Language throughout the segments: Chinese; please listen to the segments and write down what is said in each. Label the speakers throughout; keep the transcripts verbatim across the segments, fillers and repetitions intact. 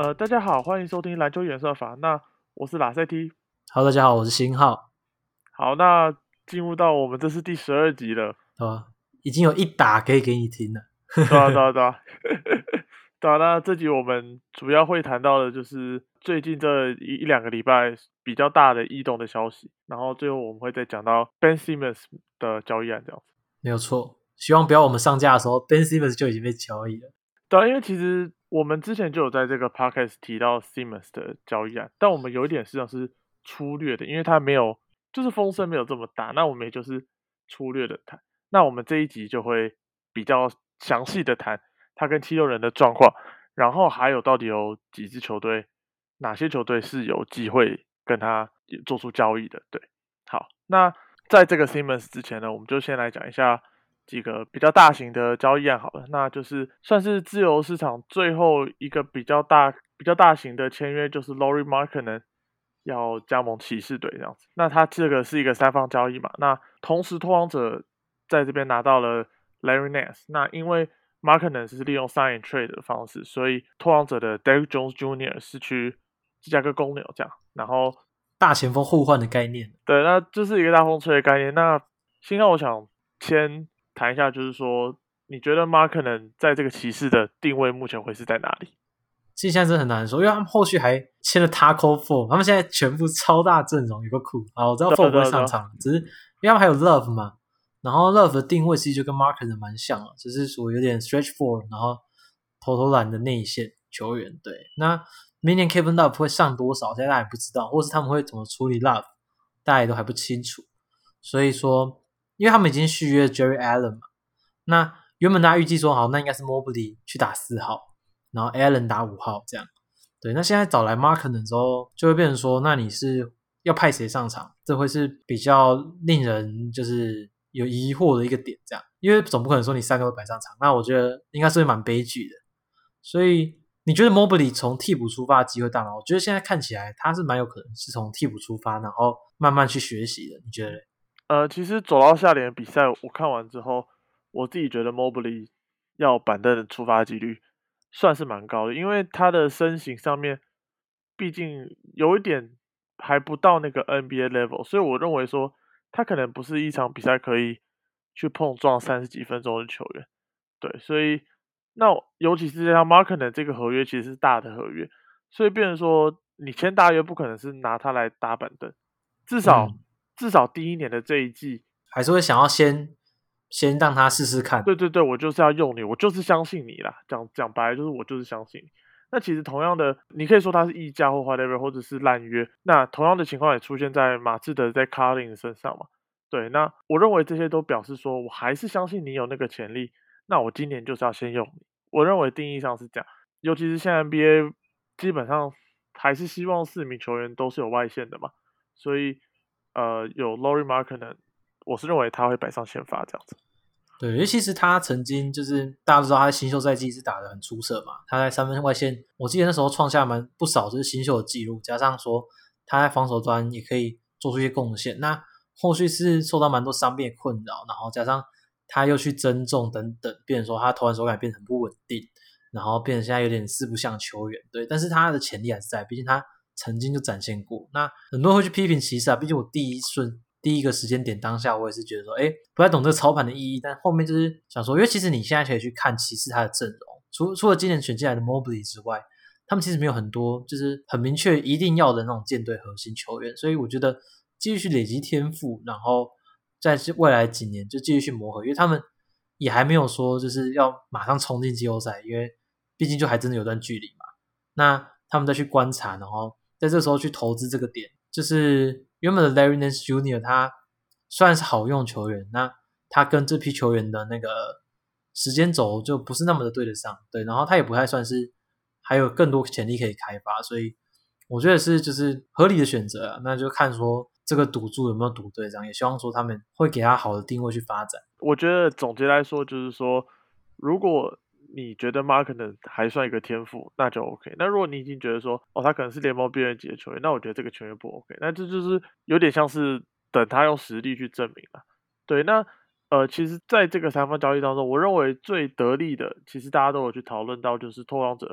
Speaker 1: 呃，大家好，欢迎收听篮球演算法。那我是拉塞 T。
Speaker 2: Hello，大家好，我是星浩。
Speaker 1: 好，那进入到我们这是第十二集了，
Speaker 2: 对吧？已经有一打可以给你听了。
Speaker 1: 对啊，对啊，对啊，对啊。那这集我们主要会谈到的就是最近这一一两个礼拜比较大的异动的消息，然后最后我们会再讲到 Ben Simmons 的交易案这样子。
Speaker 2: 没有错，希望不要我们上架的时候 Ben Simmons 就已经被交易了。
Speaker 1: 对啊，因为其实我们之前就有在这个 podcast 提到 Simmons 的交易案，但我们有一点实际上是粗略的，因为它没有，就是风声没有这么大，那我们也就是粗略的谈。那我们这一集就会比较详细的谈他跟七六人的状况，然后还有到底有几支球队，哪些球队是有机会跟他做出交易的。对，好，那在这个 Simmons 之前呢，我们就先来讲一下几个比较大型的交易案好了，那就是算是自由市场最后一个比较大、比较大型的签约，就是 Lauri Markkanen 要加盟骑士队这样子。那他这个是一个三方交易嘛，那同时拓荒者在这边拿到了 Larry Nance，那因为 Markkanen 是利用 sign and trade 的方式，所以拓荒者的 Derrick Jones Junior 是去芝加哥公牛这样，然后
Speaker 2: 大前锋互换的概念。
Speaker 1: 对，那这是一个大风吹的概念。那先让我想先谈一下，就是说，你觉得 Markkanen 在这个骑士的定位目前会是在哪里？
Speaker 2: 其实现在真的很难说，因为他们后续还签了 Taco Fall，他们现在全部超大阵容，有个酷啊！我知道 Fall 不会上场，只是因为他们还有 Love 嘛，然后 Love 的定位其实就跟 Markkanen 蛮像了，只是属于有点 stretch four，然后投投篮的内线球员。对，那明年 Kevin Love 会上多少，现在大家也不知道，或是他们会怎么处理 Love， 大家也都还不清楚。所以说，因为他们已经续约 Jerry Allen 嘛，那原本大家预计说好，那应该是 Mobley 去打四号，然后 Allen 打五号这样。对，那现在找来 Markkanen 之后，就会变成说，那你是要派谁上场？这会是比较令人就是有疑惑的一个点，这样，因为总不可能说你三个都摆上场，那我觉得应该是会蛮悲剧的。所以你觉得 Mobley 从替补出发的机会大吗？我觉得现在看起来他是蛮有可能是从替补出发，然后慢慢去学习的。你觉得嘞？
Speaker 1: 呃，其实走到下联的比赛，我看完之后，我自己觉得 Mobley 要板凳的出发几率算是蛮高的，因为他的身形上面，毕竟有一点还不到那个 N B A level，所以我认为说他可能不是一场比赛可以去碰撞三十几分钟的球员。对，所以那尤其是像 Markkanen 这个合约其实是大的合约，所以变成说你签大约不可能是拿他来打板凳，至少、
Speaker 2: 嗯，
Speaker 1: 至少第一年的这一季，
Speaker 2: 还是会想要先先让他试试看。
Speaker 1: 对对对，我就是要用你，我就是相信你啦。讲讲白了就是我就是相信你。那其实同样的，你可以说他是溢价或 whatever，或者是烂约。那同样的情况也出现在马刺的在 Collins 身上嘛。对，那我认为这些都表示说我还是相信你有那个潜力。那我今年就是要先用你。我认为定义上是这样，尤其是现在 N B A 基本上还是希望四名球员都是有外线的嘛，所以呃有 Lauri Markkanen，我是认为他会摆上先发这样子。
Speaker 2: 对，因为其实他曾经就是大家都知道他在新秀赛季是打得很出色嘛，他在三分外线，我记得那时候创下蛮不少就是新秀的记录，加上说他在防守端也可以做出一些贡献。那后续是受到蛮多伤病困扰，然后加上他又去增重等等，变成说他投篮手感变得很不稳定，然后变成现在有点四不像球员。对，但是他的潜力还是在，毕竟他曾经就展现过。那很多人会去批评骑士啊，毕竟我第一顺第一个时间点当下，我也是觉得说，哎，不太懂这个操盘的意义。但后面就是想说，因为其实你现在可以去看骑士他的阵容，除除了今年选进来的 Mobley 之外，他们其实没有很多就是很明确一定要的那种舰队核心球员，所以我觉得继续去累积天赋，然后在未来几年就继续去磨合，因为他们也还没有说就是要马上冲进季后赛，因为毕竟就还真的有段距离嘛。那他们再去观察，然后在这时候去投资这个点，就是原本的 Larry Nance Junior 他虽然是好用球员，那他跟这批球员的那个时间轴就不是那么的对得上，对，然后他也不太算是还有更多潜力可以开发，所以我觉得是就是合理的选择啊，那就看说这个赌注有没有赌对，这样也希望说他们会给他好的定位去发展。
Speaker 1: 我觉得总结来说就是说，如果你觉得 Markkanen 还算一个天赋，那就 OK。那如果你已经觉得说，哦，他可能是联盟边缘级的球员，那我觉得这个球员不 OK。那这就是有点像是等他用实力去证明了。对，那呃，其实在这个三方交易当中，我认为最得利的，其实大家都有去讨论到，就是拓荒者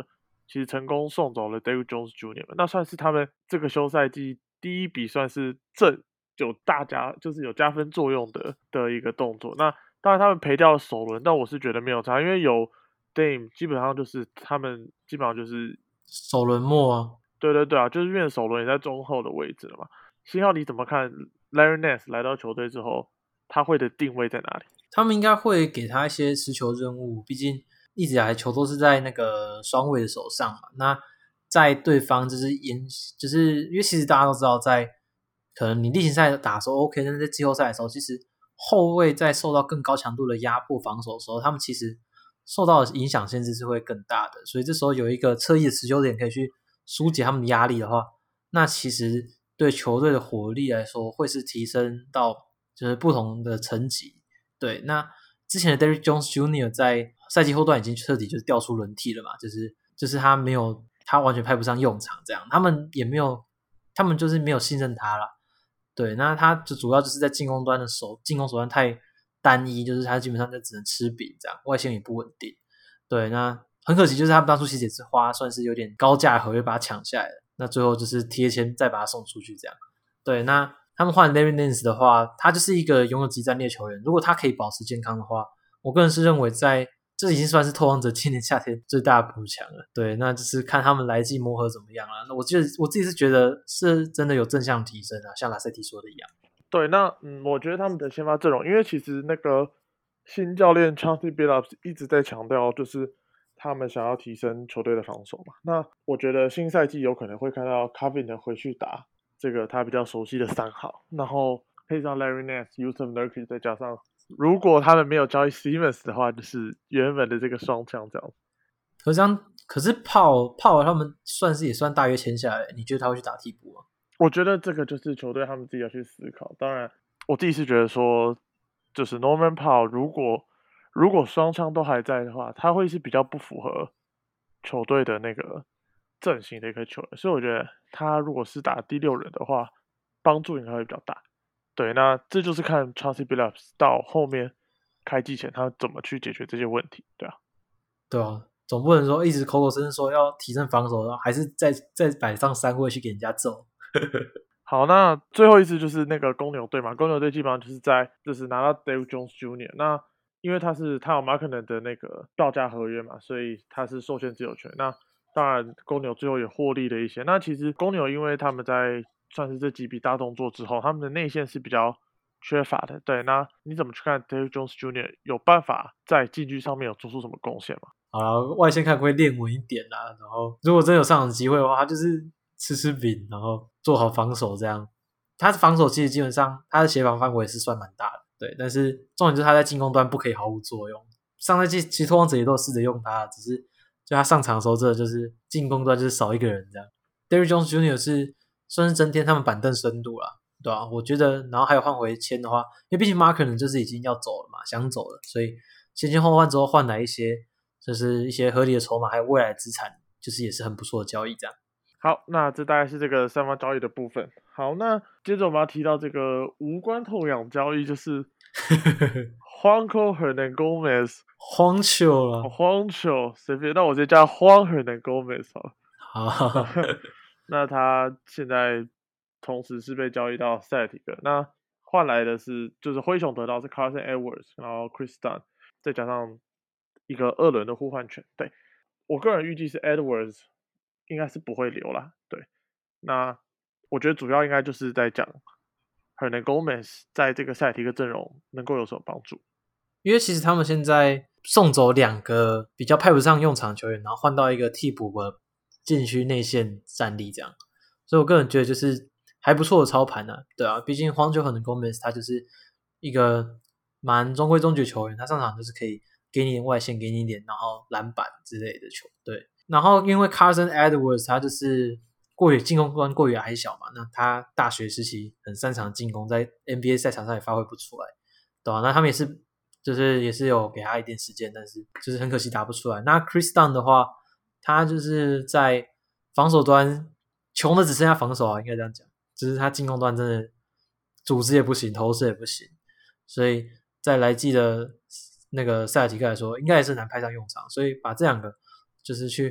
Speaker 1: 其实成功送走了 Derrick Jones Junior 那算是他们这个休赛季第一笔算是正有大加就是有加分作用的的一个动作。那当然他们赔掉了首轮，但我是觉得没有差，因为有 Dame 基本上就是他们基本上就是
Speaker 2: 首轮末啊。
Speaker 1: 对对对啊，就是因为首轮也在中后的位置了嘛。星号你怎么看 Larry Nance 来到球队之后，他会的定位在哪里？
Speaker 2: 他们应该会给他一些持球任务，毕竟一直以来球都是在那个双卫的手上嘛。那在对方就是延，就是因为其实大家都知道在，在可能你例行赛打的时候 OK， 但是在季后赛的时候，其实后卫在受到更高强度的压迫防守的时候，他们其实受到的影响限制是会更大的。所以这时候有一个侧翼的持球点可以去疏解他们的压力的话，那其实对球队的火力来说会是提升到就是不同的层级。对，那之前的 Derrick Jones Junior 在赛季后段已经彻底就是掉出轮替了嘛，就是就是他没有他完全派不上用场，这样他们也没有他们就是没有信任他啦。对，那他就主要就是在进攻端的手进攻手段太单一，就是他基本上就只能吃饼这样，外线也不稳定。对，那很可惜就是他们当初其实也是花算是有点高价合约把他抢下来了，那最后就是贴签再把他送出去这样。对，那他们换 Larry Nance 的话，他就是一个拥有极战力的球员，如果他可以保持健康的话，我个人是认为在这已经算是拓荒者今年夏天最大的补强了。对，那就是看他们来季磨合怎么样了。那我记得我自己是觉得是真的有正向提升啊，像拉塞蒂说的一样。
Speaker 1: 对，那嗯，我觉得他们的先发阵容，因为其实那个新教练 Chauncey Billups 一直在强调，就是他们想要提升球队的防守嘛。那我觉得新赛季有可能会看到 Covington 回去打这个他比较熟悉的三号，然后配上 Larry Nance、Yusuf Nurkic， 再加上如果他们没有交易 Simmons 的话，就是原本的这个双枪这样。
Speaker 2: 可是这样，可是炮炮他们算是也算大约签下来，你觉得他会去打替补吗？
Speaker 1: 我觉得这个就是球队他们自己要去思考。当然，我自己是觉得说，就是 Norman Powell 如果如果双枪都还在的话，他会是比较不符合球队的那个阵型的一个球员，所以我觉得他如果是打第六人的话，帮助应该会比较大。对，那这就是看 Chauncey Billups 到后面开季前他怎么去解决这些问题，对啊，
Speaker 2: 对啊，总不能说一直口口声声说要提升防守，然后还是再再摆上三位去给人家揍。
Speaker 1: 好，那最后一次就是那个公牛队嘛，公牛队基本上就是在就是拿到 Derrick Jones Junior 那因为他是他有 Markkanen 的那个报价合约嘛，所以他是受限自由权。那当然公牛最后也获利了一些。那其实公牛因为他们在算是这几笔大动作之后，他们的内线是比较缺乏的。对，那你怎么去看 Derrick Jones Junior 有办法在禁区上面有做出什么贡献吗？
Speaker 2: 好了，外线看可不可以练稳一点啦。然后如果真有上场机会的话，他就是吃吃饼，然后做好防守这样。他的防守其实基本上他的协防范围是算蛮大的，对。但是重点就是他在进攻端不可以毫无作用。上赛季其实拓荒者也都有试着用他，只是就他上场的时候，真的就是进攻端就是少一个人这样。Derrick Jones Junior 是算是增添他们板凳深度啦，对吧、啊？我觉得，然后还有换回签的话，因为毕竟 Markkanen 就是已经要走了嘛，想走了，所以前前后换之后换来一些就是一些合理的筹码，还有未来资产，就是也是很不错的交易这样。
Speaker 1: 好，那这大概是这个三方交易的部分。好，那接着我们要提到这个无关痛痒交易，就是 Juancho Hernangomez，
Speaker 2: 荒丘了，
Speaker 1: 荒球随便，那我直接叫荒 Hernangomez 好了。
Speaker 2: 好，
Speaker 1: 那他现在同时是被交易到塞尔提克，那换来的是就是灰熊得到是 Carson Edwards，然后 Chris Dunn， 再加上一个二轮的互换权。对，我个人预计是 Edwards 应该是不会留啦。对，那我觉得主要应该就是在讲 Hernangomez 在这个塞尔提克阵容能够有什么帮助。
Speaker 2: 因为其实他们现在送走两个比较派不上用场的球员，然后换到一个替补的禁区内线战力这样，所以我个人觉得就是还不错的操盘啊，对啊，毕竟荒丘Hernangomez他就是一个蛮中规中矩的球员，他上场就是可以给你点外线，给你一点然后篮板之类的球，对。然后因为 Carson Edwards 他就是过于进攻端过于矮小嘛，那他大学时期很擅长进攻，在 N B A 赛场上也发挥不出来，对啊，那他们也是就是也是有给他一点时间，但是就是很可惜打不出来。那 Chris Dunn 的话，他就是在防守端穷的只剩下防守啊，应该这样讲，就是他进攻端真的组织也不行，投射也不行，所以在来季的那个塞尔提克来说，应该也是难派上用场，所以把这两个就是去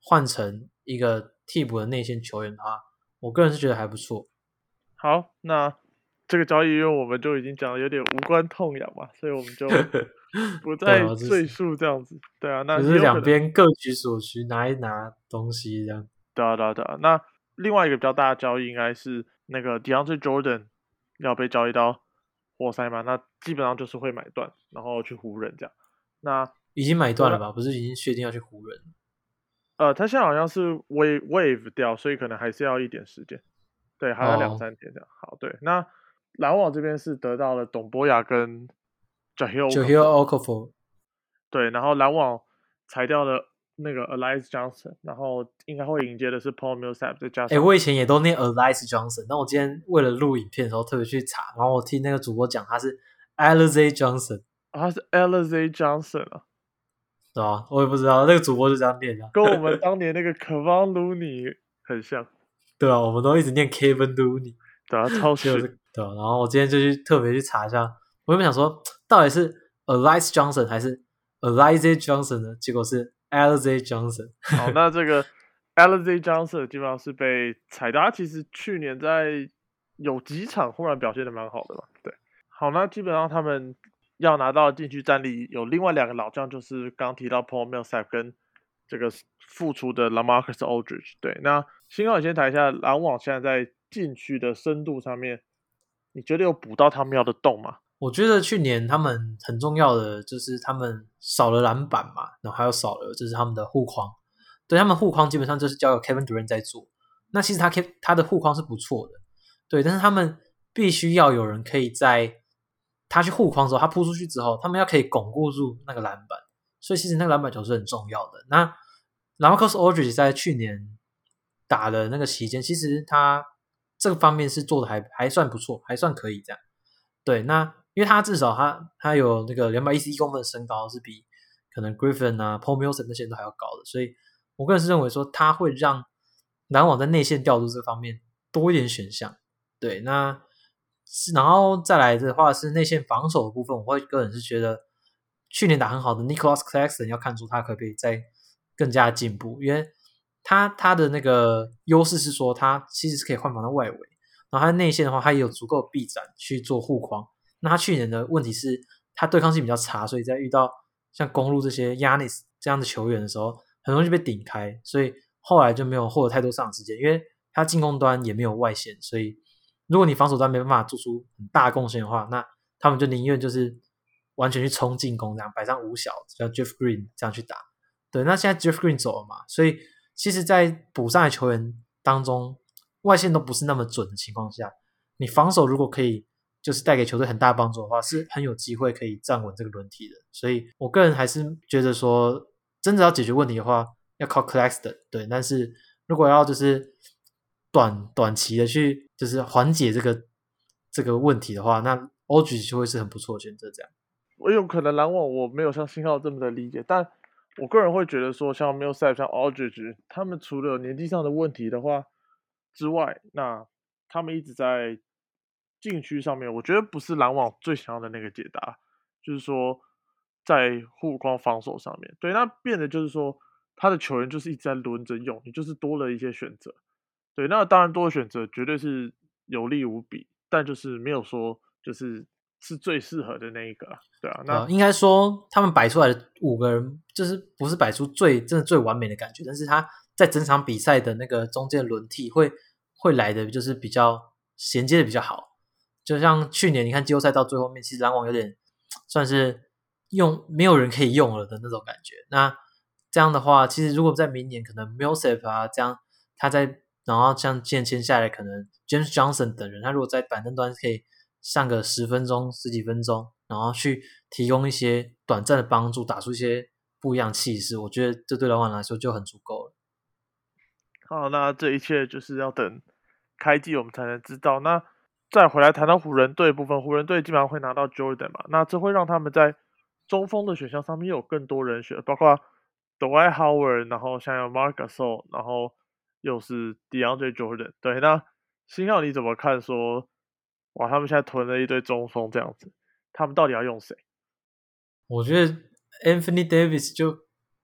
Speaker 2: 换成一个替补的内线球员的话，我个人是觉得还不错。
Speaker 1: 好，那这个交易因为我们就已经讲的有点无关痛痒嘛，所以我们就不再
Speaker 2: 对啊，
Speaker 1: 赘述这样子。对啊，那
Speaker 2: 就是
Speaker 1: 也有可能，
Speaker 2: 两边各取所需，拿一拿东西这样。
Speaker 1: 对啊对啊对啊。那另外一个比较大的交易应该是那个 DeAndre Jordan 要被交易到活塞嘛，那基本上就是会买断，然后去湖人这样。那
Speaker 2: 已经买断了吧？不是已经确定要去湖人？
Speaker 1: 呃，他现在好像是 wave wave 掉，所以可能还是要一点时间，对，还要两
Speaker 2: 哦
Speaker 1: 三天这样。好，对，那篮网这边是得到了董波亚跟 Jahlil
Speaker 2: ，Jahlil
Speaker 1: Okafor，
Speaker 2: Okafor。
Speaker 1: 对，然后篮网裁掉了那个 Elias Johnson，然后应该会迎接的是 Paul Millsap， 再加
Speaker 2: 哎，
Speaker 1: 上
Speaker 2: 我以前也都念 Elias Johnson，那我今天为了录影片的时候特别去查，然后我听那个主播讲他是 Alize Johnson，
Speaker 1: 啊，他是 Alize Johnson 啊，
Speaker 2: 对吧？我也不知道，那个主播就这样念的。
Speaker 1: 跟我们当年那个 Kevon Looney 很像，
Speaker 2: 对啊，我们都一直念 Kevin Looney，
Speaker 1: 对啊，超
Speaker 2: 就是
Speaker 1: 逊，
Speaker 2: 对啊。然后我今天就去特别去查一下，我原本想说到底是 Elias Johnson 还是 Elize Johnson 呢？结果是 Alize Johnson。
Speaker 1: 好，那这个 Alize Johnson 基本上是被裁掉，他其实去年在有几场忽然表现的蛮好的嘛，对。好，那基本上他们要拿到禁区战力有另外两个老将，就是刚提到 Paul Millsap 跟这个复出的 LaMarcus Aldridge。对，那新浩你先谈一下篮网现在在禁区的深度上面，你觉得有补到他们要的洞吗？
Speaker 2: 我觉得去年他们很重要的就是他们少了篮板嘛，然后还有少了就是他们的护框。对，他们护框基本上就是交由 Kevin Durant 在做。那其实他他的护框是不错的，对，但是他们必须要有人可以在他去护框的时候，他扑出去之后，他们要可以巩固住那个篮板。所以其实那个篮板球是很重要的。那 LaMarcus Aldridge 在去年打的那个期间，其实他这个方面是做的还还算不错，还算可以这样。对，那因为他至少他他有那个两百一十一公分的身高，是比可能 Griffin 啊、Paul Millsap 那些人都还要高的，所以我个人是认为说他会让篮网在内线调度这方面多一点选项。对，那然后再来的话是内线防守的部分，我会个人是觉得去年打很好的 Nicholas Claxton 要看出他可不可以再更加进步，因为他他的那个优势是说他其实是可以换防到外围。然后他内线的话，他也有足够的臂展去做护框。那他去年的问题是，他对抗性比较差，所以在遇到像公路这些 Giannis 这样的球员的时候，很容易被顶开，所以后来就没有获得太多上场时间，因为他进攻端也没有外线，所以如果你防守端没办法做出很大贡献的话，那他们就宁愿就是完全去冲进攻，这样摆上五小，像 Jeff Green 这样去打。对，那现在 Jeff Green 走了嘛，所以其实在补上来球员当中，外线都不是那么准的情况下，你防守如果可以就是带给球队很大帮助的话，是很有机会可以站稳这个轮替的。所以我个人还是觉得说，真的要解决问题的话，要靠 Claxton。对，但是如果要就是短短期的去就是缓解这个这个问题的话，那 O G 就会是很不错的选择。这样，
Speaker 1: 我有可能篮网我没有像信号这么的理解，但我个人会觉得说，像 Millsap、像 Aldridge，他们除了年纪上的问题的话之外，那他们一直在禁区上面，我觉得不是篮网最想要的那个解答，就是说在护框防守上面，对，那变得就是说他的球员就是一直在轮着用，你就是多了一些选择，对，那当然多的选择绝对是有利无比，但就是没有说就是是最适合的那一个啊，对啊，那
Speaker 2: 呃，应该说他们摆出来的五个人，就是不是摆出最真的最完美的感觉，但是他在整场比赛的那个中间轮替会会来的就是比较衔接的比较好。就像去年你看季后赛到最后面，其实篮网有点算是用没有人可以用了的那种感觉。那这样的话，其实如果在明年可能 Millsap 啊这样他在然后像渐签下来，可能 James Johnson 等人，他如果在板凳端可以上个十分钟、十几分钟，然后去提供一些短暂的帮助，打出一些不一样气势，我觉得这对篮网来说就很足够了。
Speaker 1: 好，那这一切就是要等开季我们才能知道。那再回来谈到湖人队部分，湖人队基本上会拿到 Jordan 嘛，那这会让他们在中锋的选项上面有更多人选，包括 Dwight Howard，然后像有 Marc Gasol，然后又是 DeAndre Jordan。对，那星耀你怎么看说？哇，他们现在囤了一堆中锋这样子，他们到底要用谁？
Speaker 2: 我觉得 Anthony Davis 就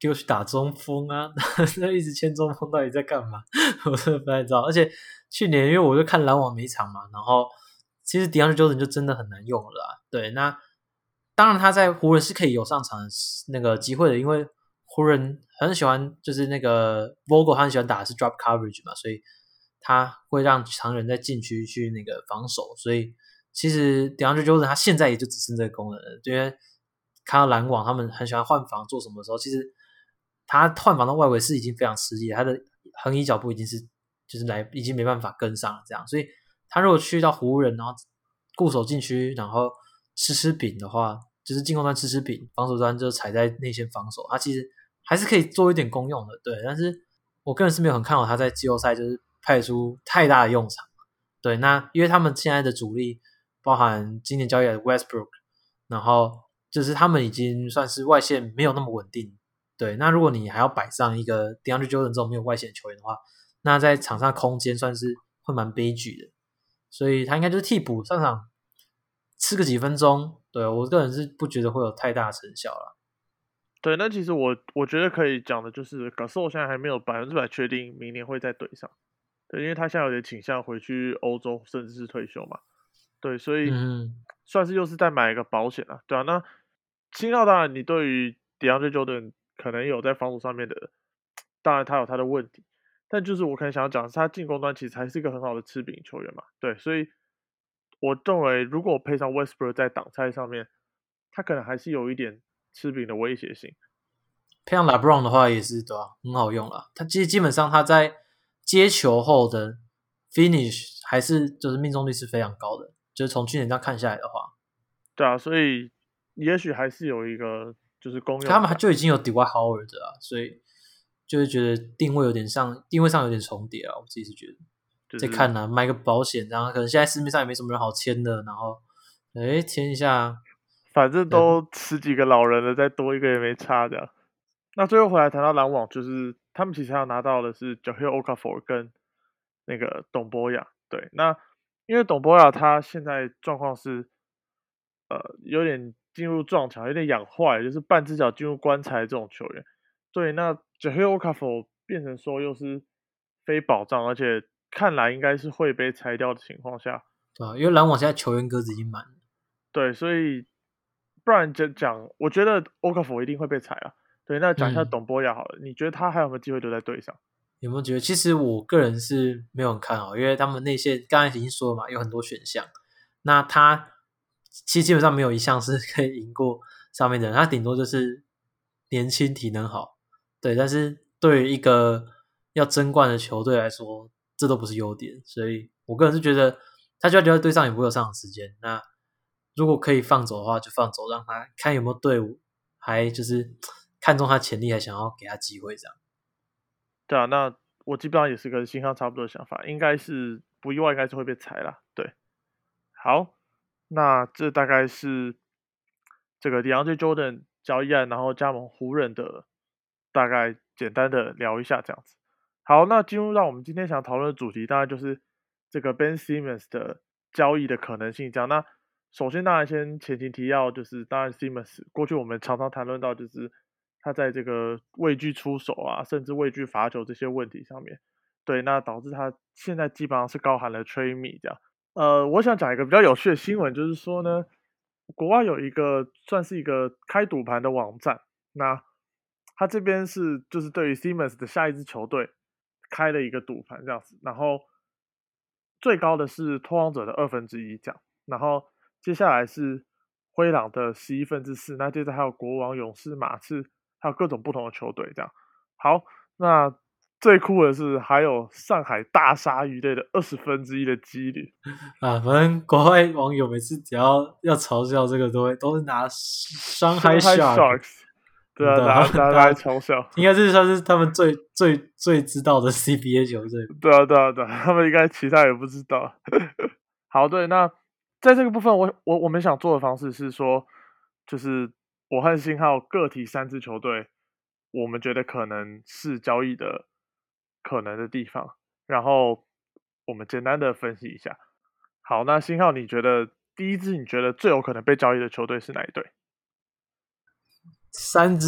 Speaker 2: 给我去打中锋啊！那一直签中锋到底在干嘛？我真的不太知道。而且去年因为我就看篮网每一场嘛，然后其实 DeAndre Jordan 就真的很难用了啦。对，那当然他在湖人是可以有上场的那个机会的，因为湖人很喜欢就是那个 Vogel 他很喜欢打的是 drop coverage 嘛，所以他会让常人在禁区去那个防守，所以其实 DeAndre Jordan 他现在也就只剩这个功能了，因为看到篮网他们很喜欢换防做什么的时候，其实他换防的外围是已经非常吃力了，他的横移脚步已经是就是来已经没办法跟上了这样，所以他如果去到湖人，然后固守禁区，然后吃吃饼的话，就是进攻端吃吃饼，防守端就踩在内线防守，他其实还是可以做一点功用的，对。但是我个人是没有很看好他在季后赛就是派出太大的用场，对。那因为他们现在的主力包含今年交易来的 Westbrook， 然后就是他们已经算是外线没有那么稳定，对。那如果你还要摆上一个 DeAndre Jordan 这种没有外线的球员的话，那在场上空间算是会蛮悲剧的，所以他应该就是替补上场吃个几分钟，对，我个人是不觉得会有太大的成效啦。
Speaker 1: 对，那其实我我觉得可以讲的就是，可是我现在还没有百分之百确定明年会在队上，对，因为他现在有点倾向回去欧洲，甚至是退休嘛，对，所以
Speaker 2: 嗯，
Speaker 1: 算是又是再买一个保险啊，对啊。那新奥当然，你对于 DeAndre Jordan 可能有在防守上面的，当然他有他的问题，但就是我可能想要讲的是，他进攻端其实还是一个很好的吃饼球员嘛，对，所以我认为如果配上 Westbrook 在挡拆上面，他可能还是有一点吃饼的威胁性。
Speaker 2: 配上 LeBron 的话也是对吧、啊，很好用啦。他其实基本上他在接球后的 finish 还是就是命中率是非常高的，就是从去年这样看下来的话，
Speaker 1: 对啊，所以也许还是有一个就是功用
Speaker 2: 他们
Speaker 1: 在。
Speaker 2: 就已经有 Dwight Howard 啊，所以就会觉得定位有点上定位上有点重叠啊，我自己是觉得。
Speaker 1: 就是
Speaker 2: 再看啊，买个保险，然后可能现在市面上也没什么人好签的，然后哎签一下，
Speaker 1: 反正
Speaker 2: 对，
Speaker 1: 都十几个老人了，再多一个也没差这样。那最后回来谈到篮网，就是他们其实要拿到的是 Jahlil Okafor 跟那个董博雅。对，那因为董博雅他现在状况是呃有点进入撞墙，有点养坏，就是半只脚进入棺材这种球员。对，那 Jahlil Okafor 变成说又是非保障，而且看来应该是会被裁掉的情况下，
Speaker 2: 对啊，因为篮网现在球员格子已经满了，
Speaker 1: 对，所以不然就讲，我觉得 Okafor 一定会被裁啊。对，那讲一下
Speaker 2: 嗯，
Speaker 1: 董波亚好了，你觉得他还有没有机会留在队上？
Speaker 2: 有没有觉得？其实我个人是没有很看好，因为他们内线刚才已经说了嘛，有很多选项。那他其实基本上没有一项是可以赢过上面的人，他顶多就是年轻、体能好，对。但是对于一个要争冠的球队来说，这都不是优点，所以我个人是觉得他就要留在队上也不会有上场时间。那如果可以放走的话，就放走，让他看有没有队伍还就是看中他潜力，还想要给他机会这样。
Speaker 1: 对啊，那我基本上也是跟新康差不多的想法，应该是不意外，应该是会被裁啦。对，好，那这大概是这个 DeAndre Jordan 交易案，然后加盟湖人的大概简单的聊一下这样子。好，那进入到我们今天想讨论的主题，当然就是这个 Ben Simmons 的交易的可能性。这样，那首先当然先前情提要，就是当然 Simmons 过去我们常常谈论到，就是他在这个畏惧出手啊，甚至畏惧罚球这些问题上面，对，那导致他现在基本上是高喊了 Trade Me 这样。呃，我想讲一个比较有趣的新闻，就是说呢，国外有一个算是一个开赌盘的网站，那他这边是就是对于 Simmons 的下一支球队开了一个赌盘这样子，然后最高的是拓荒者的二分之一这样，然后接下来是灰狼的十一分之四，那接着还有国王、勇士、马刺，还有各种不同的球队这样。好，那最酷的是还有上海大鲨鱼队的二十分之一的几率。
Speaker 2: 啊，反正国外网友每次只要要嘲笑这个，都会都是拿伤害
Speaker 1: Shanghai
Speaker 2: Shark，
Speaker 1: Sharks，对啊，
Speaker 2: 真的，
Speaker 1: 大家大家都在
Speaker 2: 大家
Speaker 1: 嘲笑，
Speaker 2: 应该是算是他们最最最知道的 C B A 球队。
Speaker 1: 对啊，对啊，对啊，他们应该其他也不知道。好，对，那在这个部分我，我我们想做的方式是说，就是我和信号各提三支球队，我们觉得可能是交易的可能的地方，然后我们简单的分析一下。好，那信号，你觉得第一支你觉得最有可能被交易的球队是哪一队？
Speaker 2: 三支，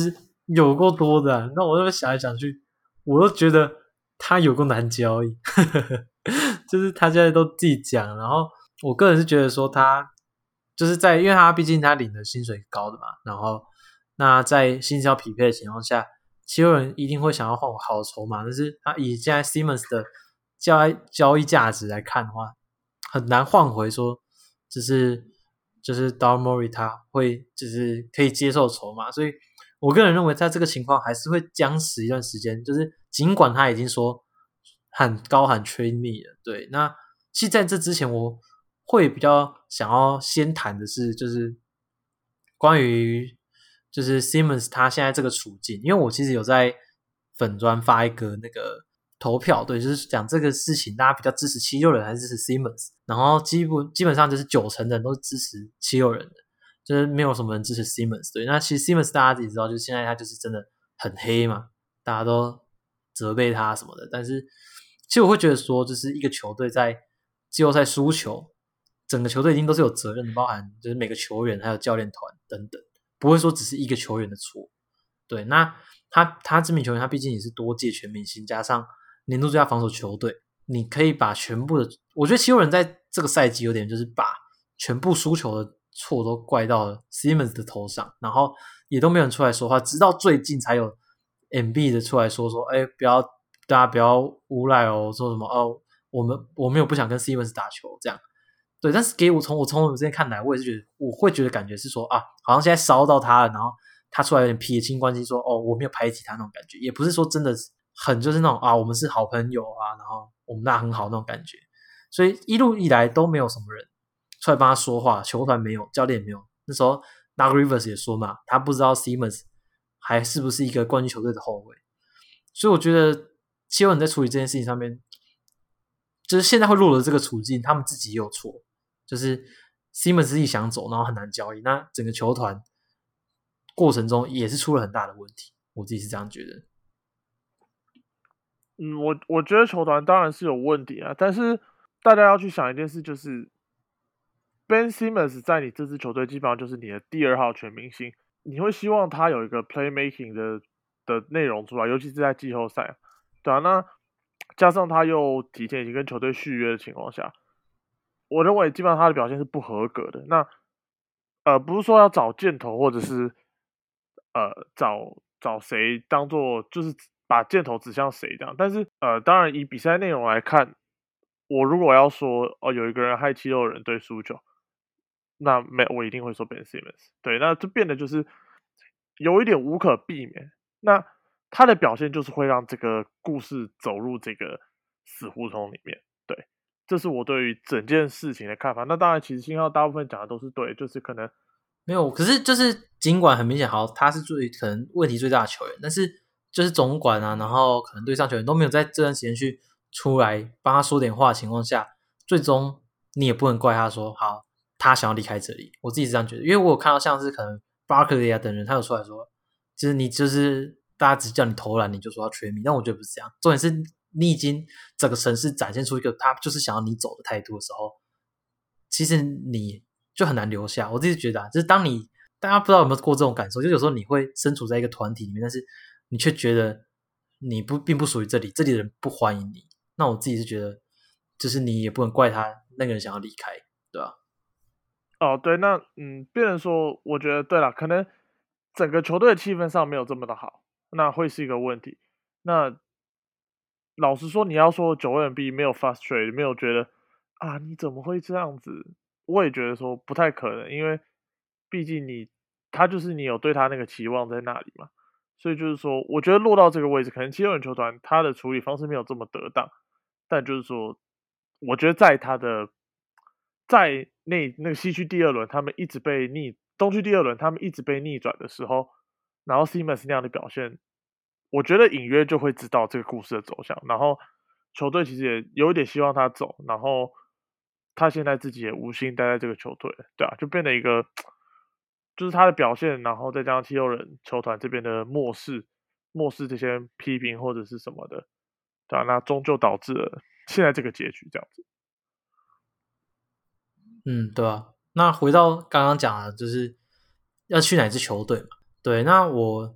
Speaker 2: 有够多的、啊。那我就想来想去，我都觉得他有够难交易，就是他现在都自己讲，然后我个人是觉得说他就是在，因为他毕竟他领的薪水高的嘛，然后那在薪资要匹配的情况下，七六人一定会想要换好的筹码，但是他以现在 Simmons 的交易交易价值来看的话，很难换回说就是就是 Daryl Morey 他会就是可以接受筹码，所以我个人认为在这个情况还是会僵持一段时间，就是尽管他已经说很高喊 trade me 了，对，那其实在这之前我会比较想要先谈的是就是关于就是 Simmons 他现在这个处境，因为我其实有在粉专发一个那个投票，对，就是讲这个事情大家比较支持七六人还是支持 Simmons， 然后基本基本上就是九成的人都是支持七六人的，就是没有什么人支持 Simmons， 对，那其实 Simmons 大家自己知道，就是现在他就是真的很黑嘛，大家都责备他什么的，但是其实我会觉得说，就是一个球队在季后赛输球，整个球队一定都是有责任的，包含就是每个球员还有教练团等等，不会说只是一个球员的错。对，那他他这名球员，他毕竟也是多届全明星，加上年度最佳防守球队，你可以把全部的，我觉得七六人在这个赛季有点就是把全部输球的错都怪到了 Simmons 的头上，然后也都没有人出来说话，直到最近才有 M B 的出来说说，哎，不要大家不要诬赖哦，说什么哦，我们我没有不想跟 Simmons 打球这样。对，但是给我从我从我之前看来，我也是觉得我会觉得感觉是说啊，好像现在烧到他了，然后他出来有点撇清关系说，说哦我没有排挤他那种感觉，也不是说真的很就是那种啊我们是好朋友啊，然后我们那很好那种感觉，所以一路以来都没有什么人出来帮他说话，球团没有，教练也没有。那时候 Doc Rivers 也说嘛，他不知道 Simmons 还是不是一个冠军球队的后卫，所以我觉得七六人在处理这件事情上面，就是现在会落了这个处境，他们自己也有错。就是 Simmons 自己想走，然后很难交易，那整个球团过程中也是出了很大的问题，我自己是这样觉得。
Speaker 1: 嗯，我我觉得球团当然是有问题啊，但是大家要去想一件事，就是 Ben Simmons 在你这支球队基本上就是你的第二号全明星，你会希望他有一个 playmaking 的的内容出来，尤其是在季后赛，对啊，那加上他又提前已经跟球队续约的情况下，我认为基本上他的表现是不合格的。那呃，不是说要找箭头或者是呃找找谁当做就是把箭头指向谁这样，但是呃，当然以比赛内容来看，我如果要说哦有一个人害七六人队输球，那没我一定会说 Ben Simmons。对，那这变得就是有一点无可避免。那他的表现就是会让这个故事走入这个死胡同里面。对，这是我对于整件事情的看法。那当然，其实信号大部分讲的都是对，就是可能
Speaker 2: 没有，可是就是尽管很明显，好，他是最可能问题最大的球员，但是就是总管啊，然后可能对上球员都没有在这段时间去出来帮他说点话的情况下，最终你也不能怪他说好，他想要离开这里。我自己是这样觉得，因为我有看到像是可能 Barkley 啊等人，他有出来说，就是你就是大家只叫你投篮，你就说要吹你，但我觉得不是这样。重点是你已经整个城市展现出一个他就是想要你走的态度的时候，其实你就很难留下。我自己觉得啊，就是当你大家不知道有没有过这种感受，就有时候你会身处在一个团体里面，但是你却觉得你不并不属于这里，这里的人不欢迎你。那我自己是觉得，就是你也不能怪他那个人想要离开，对吧？
Speaker 1: 哦，对，那嗯，变成说，我觉得对了，可能整个球队的气氛上没有这么的好，那会是一个问题。那老实说，你要说九 N B 没有 frustrate，没有觉得啊你怎么会这样子？我也觉得说不太可能，因为毕竟你他就是你有对他那个期望在那里嘛，所以就是说，我觉得落到这个位置，可能七六人球团他的处理方式没有这么得当，但就是说，我觉得在他的在那那个西区第二轮，他们一直被逆东区第二轮，他们一直被逆转的时候，然后 Simmons 那样的表现，我觉得隐约就会知道这个故事的走向。然后球队其实也有一点希望他走，然后他现在自己也无心待在这个球队，对啊，就变得一个就是他的表现，然后再加上七六人球团这边的漠视漠视这些批评或者是什么的，对啊，那终究导致了现在这个结局这样子。
Speaker 2: 嗯，对吧？那回到刚刚讲的，就是要去哪支球队嘛？对，那我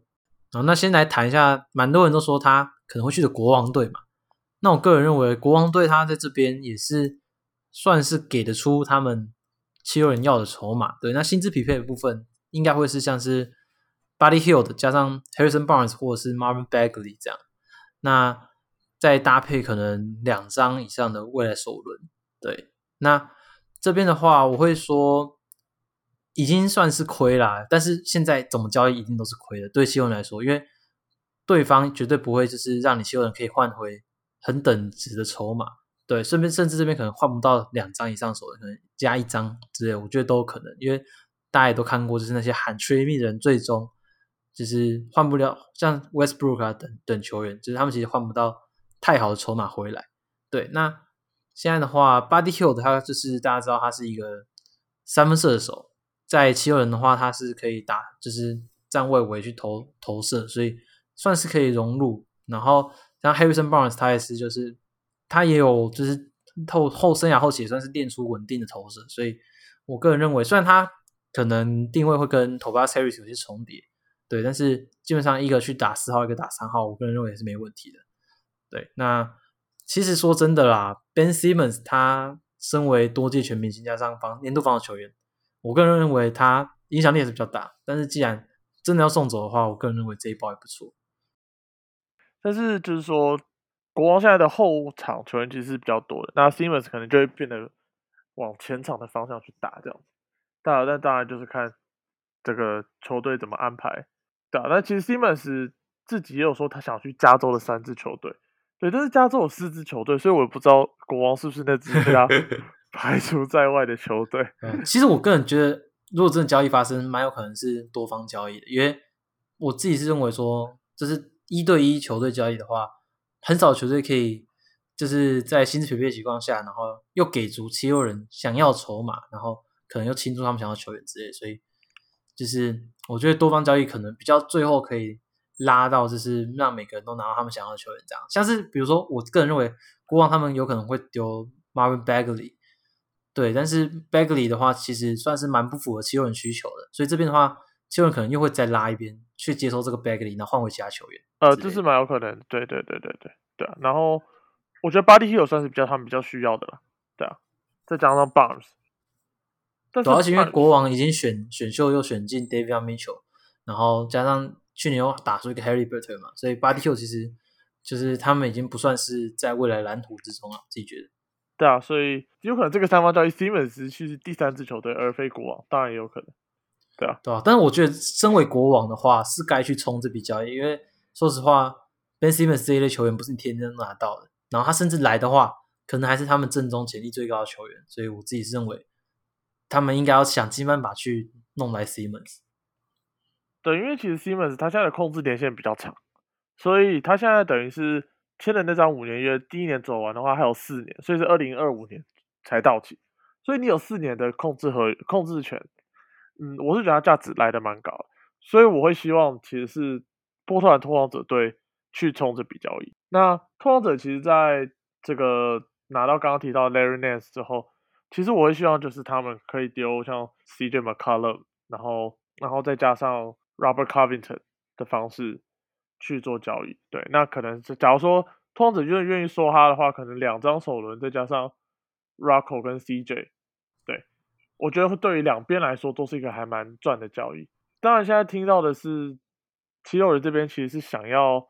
Speaker 2: 然后那先来谈一下，蛮多人都说他可能会去的国王队嘛。那我个人认为，国王队他在这边也是算是给得出他们七六人要的筹码。对，那薪资匹配的部分应该会是像是 Buddy Hield 加上 Harrison Barnes 或者是 Marvin Bagley 这样。那再搭配可能两张以上的未来首轮。对，那这边的话，我会说已经算是亏啦，但是现在怎么交易一定都是亏的，对七六人来说，因为对方绝对不会就是让你七六人可以换回很等值的筹码。对，顺便甚至这边可能换不到两张以上手的，可能加一张之类的，我觉得都有可能，因为大家也都看过，就是那些喊 trade me 的人，最终就是换不了，像 Westbrook 啊等等球员，就是他们其实换不到太好的筹码回来。对，那现在的话 Buddy Hield 他就是大家知道他是一个三分射手，在七六人的话他是可以打就是站外围去投投射，所以算是可以融入。然后像 Harrison Barnes 他也是就是他也有就是后后生涯后期也算是练出稳定的投射，所以我个人认为虽然他可能定位会跟 Tobias Harris 有些重叠，对，但是基本上一个去打四号一个打三号，我个人认为也是没问题的。对，那其实说真的啦， Ben Simmons 他身为多届全明星加上防年度防守球员，我个人认为他影响力也是比较大，但是既然真的要送走的话，我个人认为这一包也不错。
Speaker 1: 但是就是说国王现在的后场球员其实是比较多的，那 Simmons 可能就会变得往前场的方向去打这样子。当然，但当然就是看这个球队怎么安排。对啊，但其实 Simmons 自己也有说他想去加州的三支球队，对，但是加州有四支球队，所以我也不知道国王是不是那支被他排除在外的球队。
Speaker 2: 嗯，其实我个人觉得，如果真的交易发生，蛮有可能是多方交易的，因为我自己是认为说，就是一对一球队交易的话，很少球队可以就是在薪资匹配的情况下，然后又给足七六人想要筹码，然后可能又倾注他们想要球员之类，所以就是我觉得多方交易可能比较最后可以拉到，就是让每个人都拿到他们想要的球员这样。像是比如说，我个人认为国王他们有可能会丢 Marvin Bagley。对，但是 Bagley 的话，其实算是蛮不符合七六人需求的，所以这边的话，七六人可能又会再拉一边去接收这个 Bagley，然后换回其他球员。
Speaker 1: 呃，这是蛮有可能的，对对对对对对啊。然后我觉得 Buddy Hield 算是比较他们比较需要的了，对啊，再加上 Barnes， 但是
Speaker 2: 而且因为国王已经选选秀又选进 Davion Mitchell， 然后加上去年又打出一个 Harry Burton 嘛，所以 Buddy Hield 其实就是他们已经不算是在未来蓝图之中了，自己觉得。
Speaker 1: 对啊，所以有可能这个三方交易 Simmons 其实第三支球队而非国王，当然也有可能。对啊，
Speaker 2: 对啊，但是我觉得身为国王的话，是该去冲这笔交易，因为说实话 ，Ben Simmons 这一类球员不是你天天能拿到的，然后他甚至来的话，可能还是他们阵中潜力最高的球员，所以我自己是认为，他们应该要想尽办法去弄来 Simmons。
Speaker 1: 对，因为其实 Simmons 他现在的控制年限比较长，所以他现在等于是签的那张五年约，第一年走完的话还有四年，所以是二零二五年才到期，所以你有四年的控制和控制权。嗯，我是觉得他价值来的蛮高的，所以我会希望其实是波特兰拓荒者队去冲这笔交易。那拓荒者其实在这个拿到刚刚提到 Larry Nance 之后，其实我会希望就是他们可以丢像 C J McCollum， 然后然后再加上 Robert Covington 的方式去做交易。对，那可能是假如说拓荒者愿愿意收他的话，可能两张首轮再加上 Rocco 跟 C J， 对。我觉得对于两边来说都是一个还蛮赚的交易。当然，现在听到的是七六人这边其实是想要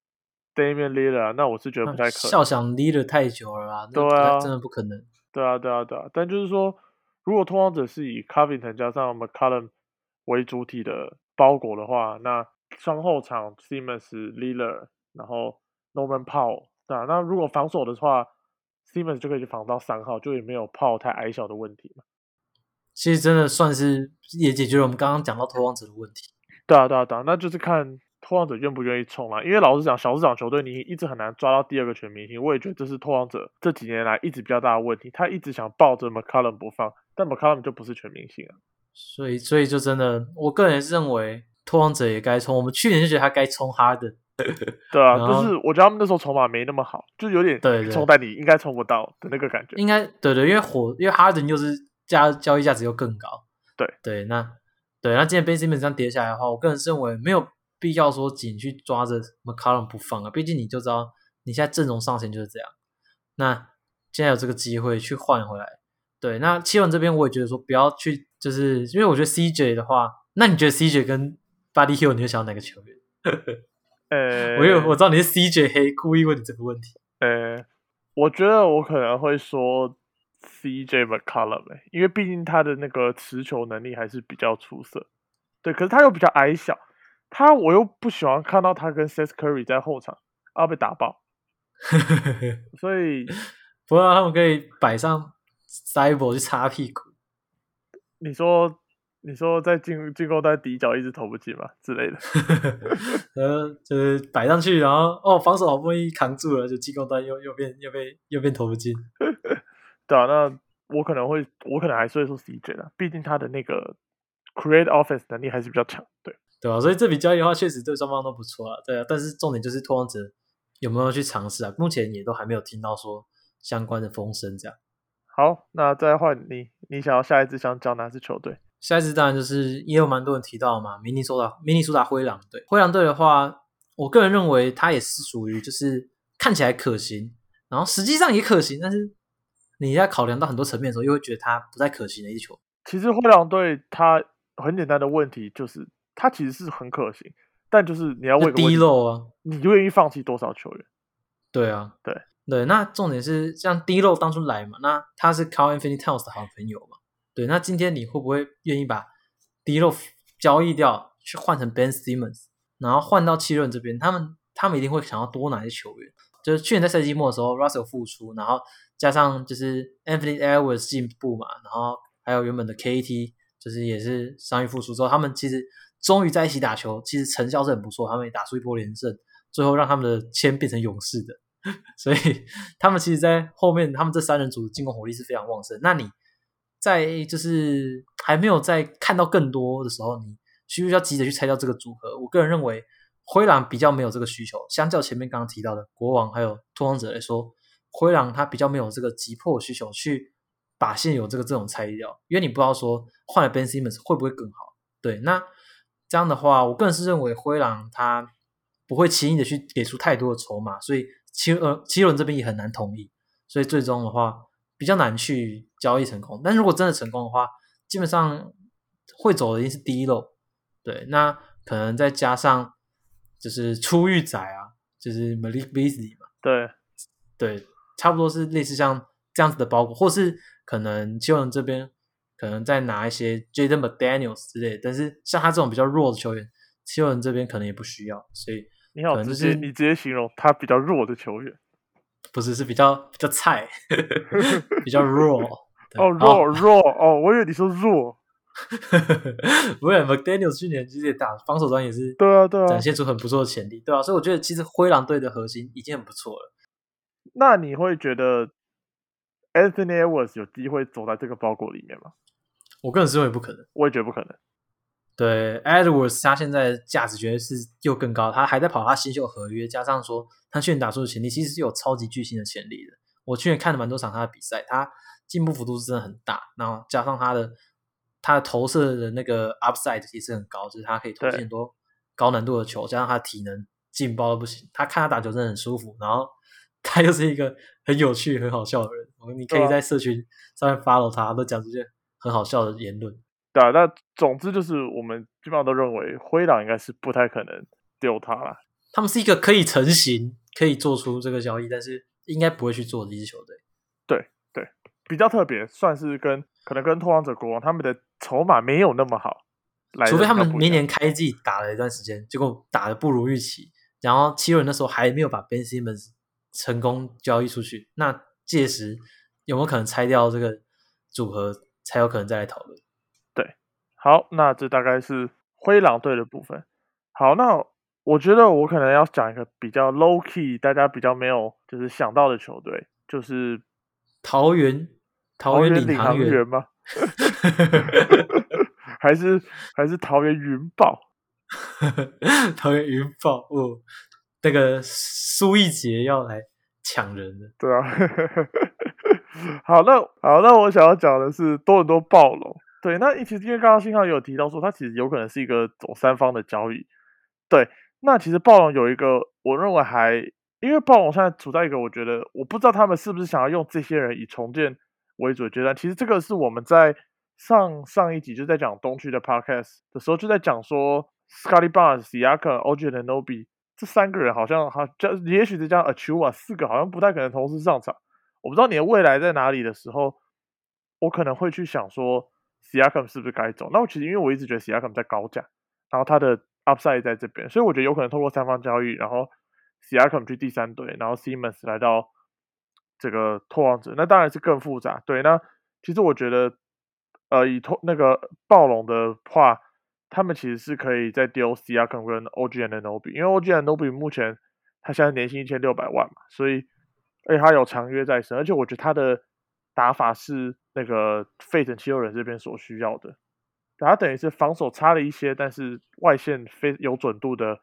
Speaker 1: Damian Lillard， 那我是觉得不太可能。
Speaker 2: 笑想 Lillard 太久了啊，
Speaker 1: 对啊，
Speaker 2: 真的不可能。
Speaker 1: 对啊，对啊，对啊。但就是说，如果拓荒者是以 Covington 加上 McCollum 为主体的包裹的话，那双后场 Simmons、Lillard， 然后 Norman Powell， 对啊。那如果防守的话 ，Simmons 就可以去防到三号，就也没有 Powell 太矮小的问题嘛。
Speaker 2: 其实真的算是也解决了我们刚刚讲到拓荒者的问题。
Speaker 1: 对啊，对啊，对啊，那就是看拓荒者愿不愿意冲啦。因为老实讲，小市场球队你一直很难抓到第二个全明星，我也觉得这是拓荒者这几年来一直比较大的问题。他一直想抱着 McCollum 不放，但 McCollum 就不是全明星啊。
Speaker 2: 所以，所以就真的，我个人也是认为拓荒者也该冲。我们去年就觉得他该冲哈登。
Speaker 1: 对啊，就是我觉得他们那时候筹码没那么好，就有点冲但你应该冲不到的那个感觉。
Speaker 2: 应该对对，因为火，因为哈登又是加交易价值又更高。
Speaker 1: 对
Speaker 2: 对，那对那今天 Ben Simmons 这样跌下来的话，我个人认为没有必要说紧去抓着 McCollum 不放啊，毕竟你就知道你现在阵容上限就是这样。那现在有这个机会去换回来，对，那七轮这边我也觉得说不要去，就是因为我觉得 C J 的话，那你觉得 C J 跟 Buddy Hield 你会想要哪个球员？
Speaker 1: 呃，
Speaker 2: 我有我知道你是 C J 黑，故意问你这个问题。
Speaker 1: 呃，我觉得我可能会说 C J McCollum，、欸、因为毕竟他的那个持球能力还是比较出色。对，可是他又比较矮小，他我又不喜欢看到他跟 Seth Curry 在后场啊被打爆，所以
Speaker 2: 不过他们可以摆上 Cyborg 去擦屁股。
Speaker 1: 你说你说在进进攻端底角一直投不进嘛之类的，
Speaker 2: 呃，就是摆上去，然后哦防守好不容易扛住了，就进攻端又又变又被又变投不进。
Speaker 1: 对啊，那我可能会我可能还是会说 C J 啦，毕竟他的那个 create offense 能力还是比较强，对
Speaker 2: 对啊，所以这笔交易的话，确实对双方都不错啊。对啊，但是重点就是拓荒者有没有去尝试啊？目前也都还没有听到说相关的风声这样。
Speaker 1: 好，那再换你，你想要下一支想讲哪支球队？
Speaker 2: 下一支当然就是也有蛮多人提到嘛，明尼苏达明尼苏达灰狼队。灰狼队的话，我个人认为它也是属于就是看起来可行，然后实际上也可行，但是你在考量到很多层面的时候，又会觉得它不太可行的一球。
Speaker 1: 其实灰狼队它很简单的问题就是，它其实是很可行，但就是你要问个问题，
Speaker 2: 低漏啊，
Speaker 1: 你愿意放弃多少球员？
Speaker 2: 对啊，
Speaker 1: 对
Speaker 2: 对，那重点是像 D-Lo 当初來嘛，那他是 Karl Anthony Towns 的好朋友嘛，对，那今天你会不會願意把 D-Lo 交易掉，去換成 Ben Simmons， 然後換到七人這邊，他們他們一定會想要多拿一些球員，就是去年在賽季末的時候 Russell 復出，然後加上就是 Anthony Edwards 進步嘛，然後還有原本的 K T 就是也是傷癒復出之後，他們其實終於在一起打球，其實成效是很不錯，他們也打出一波連勝，最後讓他們的簽變成勇士的。所以他们其实在后面他们这三人组的进攻火力是非常旺盛，那你在就是还没有在看到更多的时候，你需不需要急着去拆掉这个组合？我个人认为灰狼比较没有这个需求，相较前面刚刚提到的国王还有拓荒者来说，灰狼他比较没有这个急迫需求去把现有这个阵容拆掉，因为你不知道说换了 Ben Simmons 会不会更好。对，那这样的话我个人是认为灰狼他不会轻易的去给出太多的筹码，所以七呃七轮这边也很难同意，所以最终的话比较难去交易成功。但如果真的成功的话，基本上会走的一定是第一漏。对，那可能再加上就是出狱仔啊，就是 Malik Beasley 嘛，
Speaker 1: 对
Speaker 2: 对，差不多是类似像这样子的包裹，或是可能七轮这边可能再拿一些 Jaden McDaniels 之类的，但是像他这种比较弱的球员，七轮这边可能也不需要，所以
Speaker 1: 你好，直接你直接形容他比较弱的球员，
Speaker 2: 不是是比较比较菜，比较弱。
Speaker 1: 哦，弱弱哦，我以为你说弱。
Speaker 2: 不是 McDaniels 去年其实也打防守端也是
Speaker 1: 对啊对啊，
Speaker 2: 展现出很不错的潜力，对啊，所以我觉得其实灰狼队的核心已经很不错了。
Speaker 1: 那你会觉得 Anthony Edwards 有机会走在这个包裹里面吗？
Speaker 2: 我个人是认为不可能，
Speaker 1: 我也觉得不可能。
Speaker 2: 对 Edwards 他现在的价值绝对是又更高，他还在跑他新秀合约，加上说他去年打出的潜力其实是有超级巨星的潜力的。我去年看了蛮多场他的比赛，他进步幅度是真的很大，然后加上他的他的投射的那个 upside 也是很高，就是他可以投进很多高难度的球，加上他的体能劲爆到不行，他看他打球真的很舒服，然后他又是一个很有趣很好笑的人，你可以在社群上面 follow 他，都讲出些很好笑的言论。
Speaker 1: 对啊，那总之就是我们基本上都认为灰狼应该是不太可能丢他啦。
Speaker 2: 他们是一个可以成型可以做出这个交易，但是应该不会去做的一支球队。
Speaker 1: 对对，比较特别，算是跟可能跟拓荒者国王他们的筹码没有那么好，
Speaker 2: 除非他们明年开季打了一段时间，结果打得不如预期，然后七人那时候还没有把 Ben Simmons 成功交易出去，那届时有没有可能拆掉这个组合，才有可能再来讨论。
Speaker 1: 对，好，那这大概是灰狼队的部分。好，那我觉得我可能要讲一个比较 low key， 大家比较没有就是想到的球队，就是
Speaker 2: 桃园桃园领航员
Speaker 1: 吗？还是还是桃园云豹？
Speaker 2: 桃园云豹哦，那个苏奕杰要来抢人了。
Speaker 1: 对啊，好，那好，那我想要讲的是多伦多暴龙。对，那其实因为刚刚信号也有提到说，它其实有可能是一个走三方的交易。对， 那其实暴龙有一个，我认为还，因为暴龙现在处在一个，我觉得我不知道他们是不是想要用这些人以重建为主的阶段。其实这个是我们在上上一集就在讲东区的 podcast 的时候，就在讲说 Scotty Barnes、Siakam、O G Anunoby 这三个人好像好像也许是这样 Achua 四个好像不太可能同时上场。我不知道你的未来在哪里的时候，我可能会去想说 Siakam 是不是该走。那我其实因为我一直觉得 Siakam 在高价，然后他的 upside 在这边，所以我觉得有可能透过三方交易，然后 Siakam 去第三队，然后 Simmons 来到这个拓荒者，那当然是更复杂。对，那其实我觉得，呃，以拓那个暴龙的话，他们其实是可以再丢 Siakam 跟 O G Anunoby，因为 O G Anunoby 目前他现在年薪一千六百万嘛，所以而且他有长约在身，而且我觉得他的打法是那个费城七六人这边所需要的。他等于是防守差了一些，但是外线非有准度的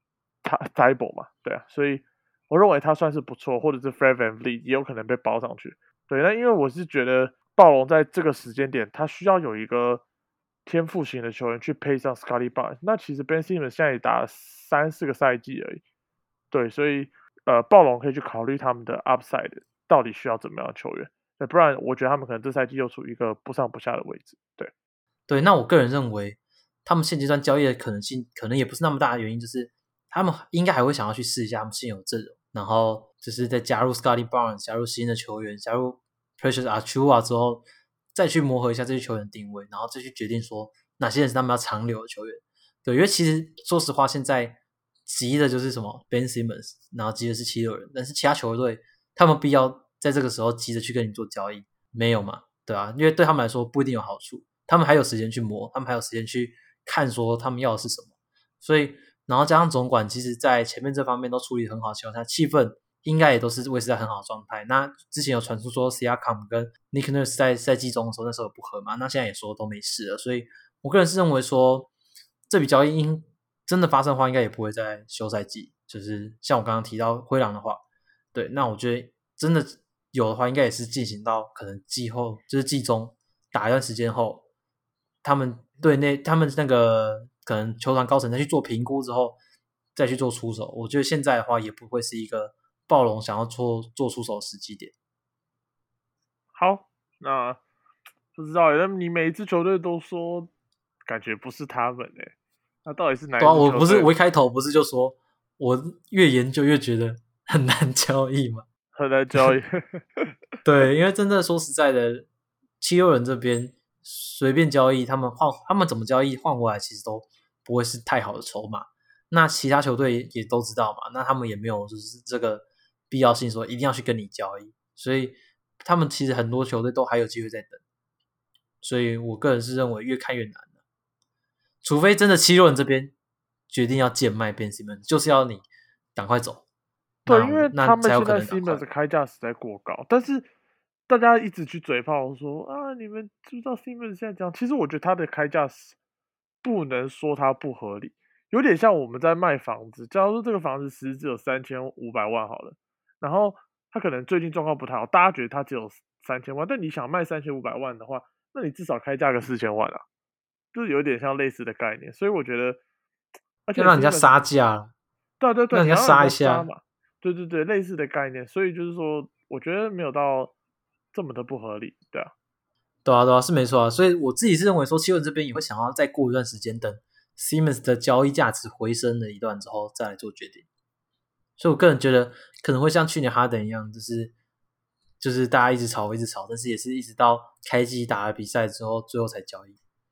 Speaker 1: Thybulle 嘛，对啊，所以我认为他算是不错，或者是 Fred VanVleet 也有可能被包上去。对，那因为我是觉得暴龙在这个时间点，他需要有一个天赋型的球员去配上 Scotty Barnes。那其实 Ben Simmons 现在也打了三四个赛季而已，对，所以呃，暴龙可以去考虑他们的 upside 到底需要怎么样的球员，对，不然我觉得他们可能这赛季又处于一个不上不下的位置。对，
Speaker 2: 对，那我个人认为，他们现阶段交易的可能性可能也不是那么大的原因，就是他们应该还会想要去试一下他们现有阵容，然后就是再加入 Scotty Barnes， 加入新的球员，加入 Precious Achiuwa 之后，再去磨合一下这些球员的定位，然后再去决定说哪些人是他们要长留的球员。对，因为其实说实话，现在急的就是什么 Ben Simmons， 然后急的是七六人，但是其他球队他们必要在这个时候急着去跟你做交易，没有嘛？对啊，因为对他们来说不一定有好处。他们还有时间去磨，他们还有时间去看说他们要的是什么，所以然后加上总管其实在前面这方面都处理很好的情况下，气氛应该也都是维持在很好的状态。那之前有传出说 Siakam 跟 Nick Nurse 在赛季中的时候那时候不合嘛，那现在也说都没事了，所以我个人是认为说这笔交易因真的发生的话，应该也不会在休赛季，就是像我刚刚提到灰狼的话，对，那我觉得真的有的话，应该也是进行到可能季后就是季中打一段时间后。他们对那他们那个可能球团高层再去做评估之后，再去做出手。我觉得现在的话也不会是一个暴龙想要做做出手的时机点。
Speaker 1: 好，那不知道耶，那你每一支球队都说感觉不是他们诶，那到底是哪一
Speaker 2: 对啊，
Speaker 1: 支球队？
Speaker 2: 我不是我一开头不是就说我越研究越觉得很难交易吗？
Speaker 1: 很难交易。
Speaker 2: 对，因为真的说实在的，七六人这边随便交易，他们换他们怎么交易换回来，其实都不会是太好的筹码。那其他球队也都知道嘛，那他们也没有就是这个必要性说一定要去跟你交易，所以他们其实很多球队都还有机会在等。所以我个人是认为越看越难的，除非真的七六人这边决定要贱卖 Ben Simmons，就是要你赶快走。
Speaker 1: 对，因为他们现在
Speaker 2: Simmons
Speaker 1: 的开价实在过高，但是大家一直去嘴炮说啊，你们知不知道 Simmons 现在这样？其实我觉得他的开价不能说它不合理，有点像我们在卖房子。假如说这个房子实质有三千五百万好了，然后他可能最近状况不太好，大家觉得他只有三千万，但你想卖三千五百万的话，那你至少开价个四千万啊，就是有点像类似的概念。所以我觉得，而且
Speaker 2: 要让人家杀价了，
Speaker 1: 对对对，
Speaker 2: 让人家
Speaker 1: 你要让人
Speaker 2: 杀一下。
Speaker 1: 家杀嘛，对对对，类似的概念。所以就是说，我觉得没有到这么的不合理，对啊。
Speaker 2: 对啊，对啊，是没错啊。所以我自己是认为说，七六人这边也会想要再过一段时间，等 Simmons 的交易价值回升了一段之后，再来做决定。所以我个人觉得可能会像去年哈登一样，就是就是大家一直吵，一直吵，但是也是一直到开季打了比赛之后，最后才交易。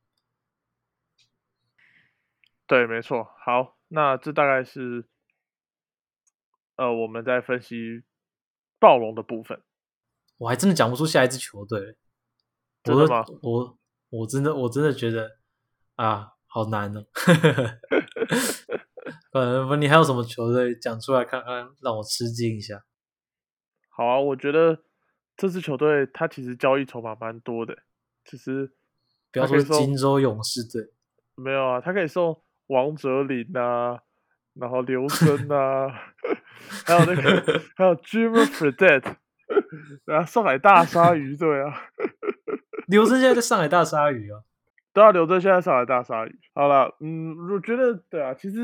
Speaker 1: 对，没错。好，那这大概是呃我们在分析暴龙的部分。
Speaker 2: 我还真的讲不出下一支球队，
Speaker 1: 真的吗？
Speaker 2: 我我真的我真的觉得啊，好难哦。呃，你还有什么球队讲出来看看，让我吃惊一下？
Speaker 1: 好啊，我觉得这支球队它其实交易筹码蛮多的，其实
Speaker 2: 不要说是金州勇士队，
Speaker 1: 没有啊，他可以送王哲林啊，然后刘真啊，还有那个还有 Jimmy Fredette， 然后上海大鲨鱼队啊，
Speaker 2: 刘真现在在上海大鲨鱼啊，
Speaker 1: 对啊，刘真现在上海大鲨鱼。好了，嗯，我觉得对啊，其实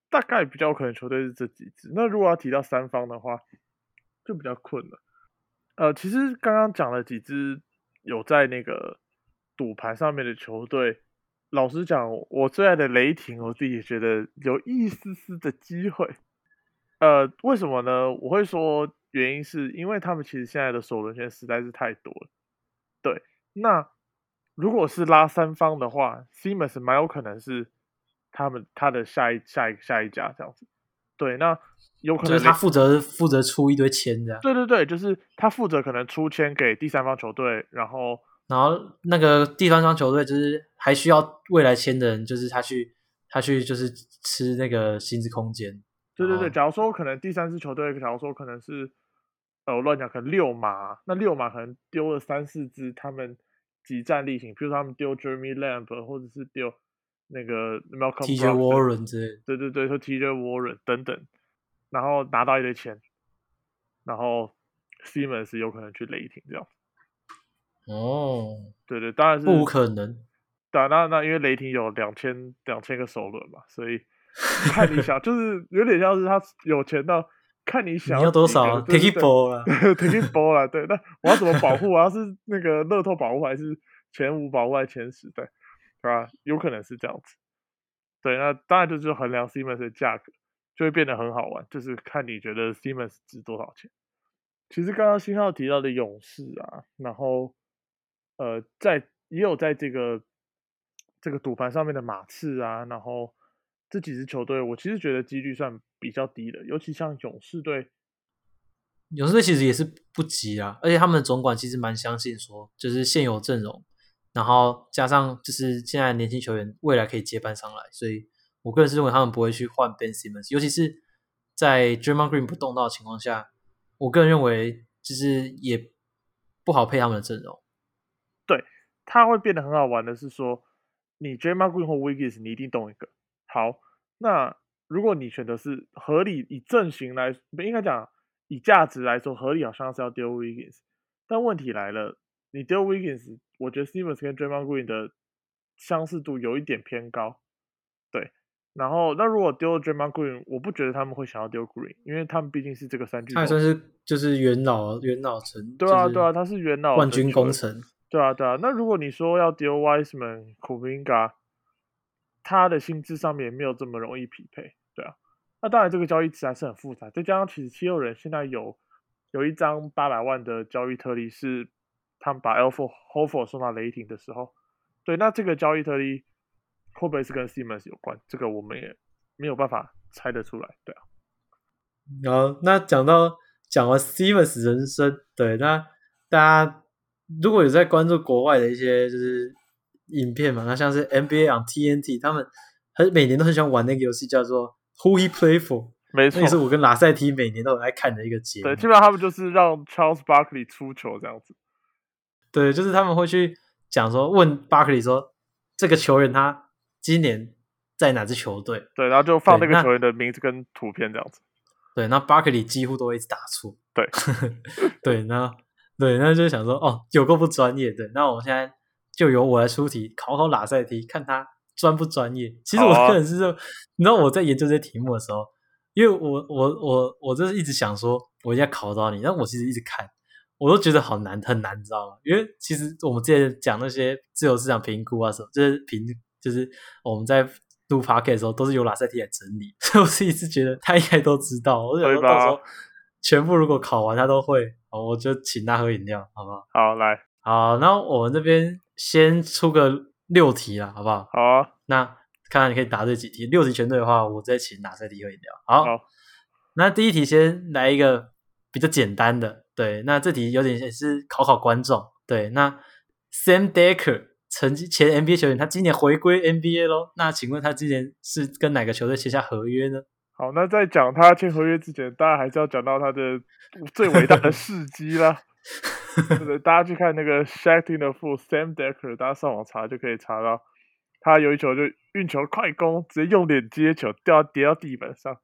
Speaker 1: 大概比较有可能球队是这几支。那如果要提到三方的话，就比较困了。呃，其实刚刚讲了几支有在那个赌盘上面的球队，老实讲，我最爱的雷霆，我自己也觉得有一丝丝的机会。呃，为什么呢？我会说原因是因为他们其实现在的首轮签实在是太多了。对，那如果是拉三方的话 ，Simmons 蛮有可能是他们他的下一下一下一家这样子。对，那有可能
Speaker 2: 就是他负责负责出一堆签这样。
Speaker 1: 对对对，就是他负责可能出签给第三方球队，然后
Speaker 2: 然后那个第三方球队就是还需要未来签的人，就是他去他去就是吃那个薪资空间。
Speaker 1: 对对对，假如说可能第三支球队，假如说可能是呃我乱讲，可能六马，那六马可能丢了三四支他们即战力型，比如说他们丢 Jeremy Lamb 或者是丢那个 Malcolm
Speaker 2: T J Warren 之类的，
Speaker 1: 对对对，说 T J Warren 等等，然后拿到一堆钱，然后 Simmons 有可能去雷霆这样。
Speaker 2: 哦，
Speaker 1: 对对，当然是
Speaker 2: 不可能。
Speaker 1: 对啊，那那因为雷霆有两千两千个首轮嘛，所以看你想，就是有点像是他有钱到看你想
Speaker 2: 你要多少啊？Take it ball 啦
Speaker 1: ，Take it ball 啦，对，那我要怎么保护啊？是那个乐透保护还是前五保护还是前十？对，对吧？有可能是这样子。对，那当然就是衡量 Simmons 的价格，就会变得很好玩，就是看你觉得 Simmons 值多少钱。其实刚刚新浩提到的勇士啊，然后呃，在也有在这个这个赌盘上面的马刺啊，然后这几支球队，我其实觉得几率算比较低的，尤其像勇士队，
Speaker 2: 勇士队其实也是不急啊，而且他们的总管其实蛮相信说，就是现有阵容，然后加上就是现在的年轻球员未来可以接班上来，所以我个人是认为他们不会去换 Ben Simmons，尤其是在 Draymond Green 不动到的情况下，我个人认为就是也不好配他们的阵容。
Speaker 1: 对，它会变得很好玩的是说，你 Draymond Green 或 Wiggins 你一定动一个。好，那如果你选的是合理以阵型来，不应该讲以价值来说，合理好像是要丢 Wiggins，但问题来了，你丢 Wiggins，我觉得 Simmons 跟 Draymond Green 的相似度有一点偏高，对。然后，那如果丢了 Draymond Green，我不觉得他们会想要丢 Green，因为他们毕竟是这个三巨头，
Speaker 2: 他也算是就是元老元老层，
Speaker 1: 对啊对啊，他是元老
Speaker 2: 冠军功臣，
Speaker 1: 对啊对啊。那如果你说要丢 Wiseman、Kuminga，他的薪资上面也没有这么容易匹配，对啊。那当然这个交易池还是很复杂，再加上其实七六人现在有有一张八百万的交易特例，是他们把 Al Horford 送到雷霆的时候，对，那这个交易特例会不会是跟 Simmons 有关？这个我们也没有办法猜得出来，对啊。
Speaker 2: 然后那讲到讲完 Simmons 人生，对，那大家如果有在关注国外的一些就是影片嘛，那像是 N B A on T N T， 他们很每年都很喜欢玩那个游戏叫做 Who He Play For，
Speaker 1: 没错，
Speaker 2: 那也是我跟拉塞提每年都有在看的一个节目。
Speaker 1: 对，基本上他们就是让 Charles Barkley 出球这样子。
Speaker 2: 对，就是他们会去讲说，问 Barkley 说这个球员他今年在哪支球队？
Speaker 1: 对，然后就放那个球员的名字跟图片这样子。
Speaker 2: 对，那 Barkley 几乎都会一直打错。
Speaker 1: 对，
Speaker 2: 对，那对，那就想说，哦，有够不专业。对，那我现在就由我来出题，考考拉塞题，看他专不专业。其实我个人是说，啊、你知道我在研究这些题目的时候，因为我我我我就是一直想说，我一定要考到你，但我其实一直看，我都觉得好难，很难，你知道吗？因为其实我们之前讲那些自由市场评估啊什么，就是评，就是我们在录 podcast 的时候，都是由拉塞蒂来整理，所以我自己是觉得他应该都知道。我就想说到时候全部如果考完他都会，我就请他喝饮料，好不好？
Speaker 1: 好，来，
Speaker 2: 好，那我们这边先出个六题啦，好不好？
Speaker 1: 好啊。
Speaker 2: 那看看你可以答对几题，六题全对的话，我再请拉塞蒂喝饮料。好，
Speaker 1: 好，
Speaker 2: 那第一题先来一个比较简单的，对，那这题有点也是考考观众，对，那 Sam Dekker 曾经前 N B A 球员，他今年回归 N B A 咯，那请问他今年是跟哪个球队签下合约呢？
Speaker 1: 好，那在讲他签合约之前，当然还是要讲到他的最伟大的事迹啦。对，大家去看那个 Shaqtin' a Fool Sam Dekker， 大家上网查就可以查到，他有一球就运球快攻，直接用脸接球，掉跌到地板上。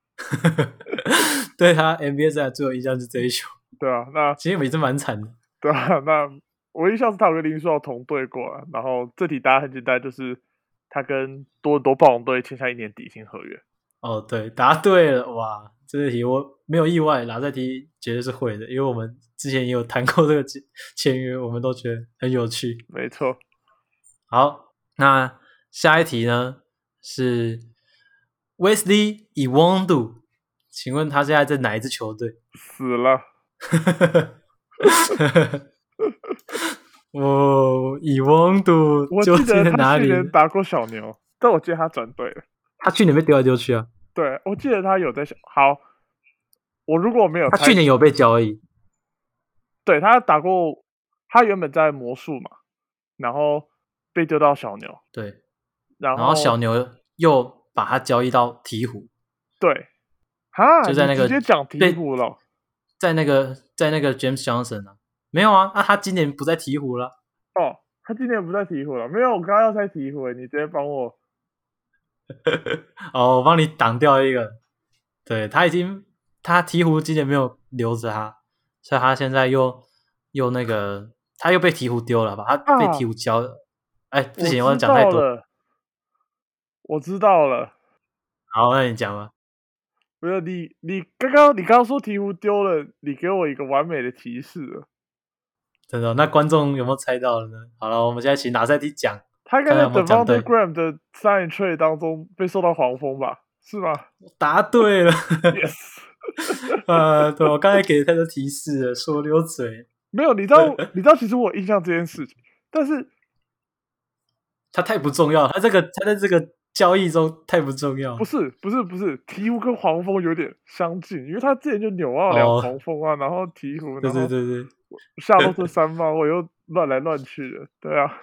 Speaker 2: 对他 N B A 赛最有印象是这一球，
Speaker 1: 对啊，那
Speaker 2: 其实也是蛮惨的。
Speaker 1: 对啊，那我印象是他有跟林书豪同队过啊。然后这题答案很简单，就是他跟多伦多暴龙队签下一年底薪合约。
Speaker 2: 哦，对，答对了，哇！这个题我没有意外，拉塞提绝对是会的，因为我们之前也有谈过这个签约，我们都觉得很有趣。
Speaker 1: 没错。
Speaker 2: 好，那下一题呢是 Wesley Iwundu， 请问他现在在哪一支球队？
Speaker 1: 死了。
Speaker 2: 哦，Iwundu
Speaker 1: 我
Speaker 2: 究
Speaker 1: 记得他
Speaker 2: 竟在哪里？
Speaker 1: 去年打过小牛，但我记得他转队了。
Speaker 2: 他去年被丢来丢去啊。
Speaker 1: 对，我记得他有在小。好，我如果没有
Speaker 2: 他去年有被交易。
Speaker 1: 对，他打过，他原本在魔术嘛，然后被丢到小牛。
Speaker 2: 对，
Speaker 1: 然后
Speaker 2: 然后小牛又把他交易到鹈鹕。
Speaker 1: 对，哈，
Speaker 2: 就在那个
Speaker 1: 你直接讲鹈鹕了，
Speaker 2: 在那个在那个 James Johnson 啊，没有啊，啊他今年不在鹈鹕了。
Speaker 1: 哦，他今年不在鹈鹕了，没有，我刚刚要在鹈鹕，你直接帮我。
Speaker 2: 哦，我帮你挡掉一个。对，他已经他鹈鹕今年没有留着他，所以他现在又又那个他又被鹈鹕丢了吧？他被鹈鹕交了。哎、啊，不行，我讲太多
Speaker 1: 了。我知道了。
Speaker 2: 好，那你讲吧。
Speaker 1: 没有你，你刚刚你刚刚说鹈鹕丢了，你给我一个完美的提示了。
Speaker 2: 真的？那观众有没有猜到了呢？好了，我们现在请拿赛蒂讲。
Speaker 1: 他应该在 Devontae Graham 的 sign trade 当中被受到黄蜂吧？是吗？
Speaker 2: 答对了。
Speaker 1: Yes。
Speaker 2: 呃，对，我刚才给太多提示了，说溜嘴。
Speaker 1: 没有，你知道，你知道，其实我印象这件事情，但是
Speaker 2: 他太不重要，他这个他在这个交易中太不重要。
Speaker 1: 不是，不是，不是，鹈鹕跟黄蜂有点相近，因为他之前就纽奥良、黄蜂啊，哦、然后鹈鹕，
Speaker 2: 对对对对，
Speaker 1: 夏洛特三方，我又乱来乱去的，对啊。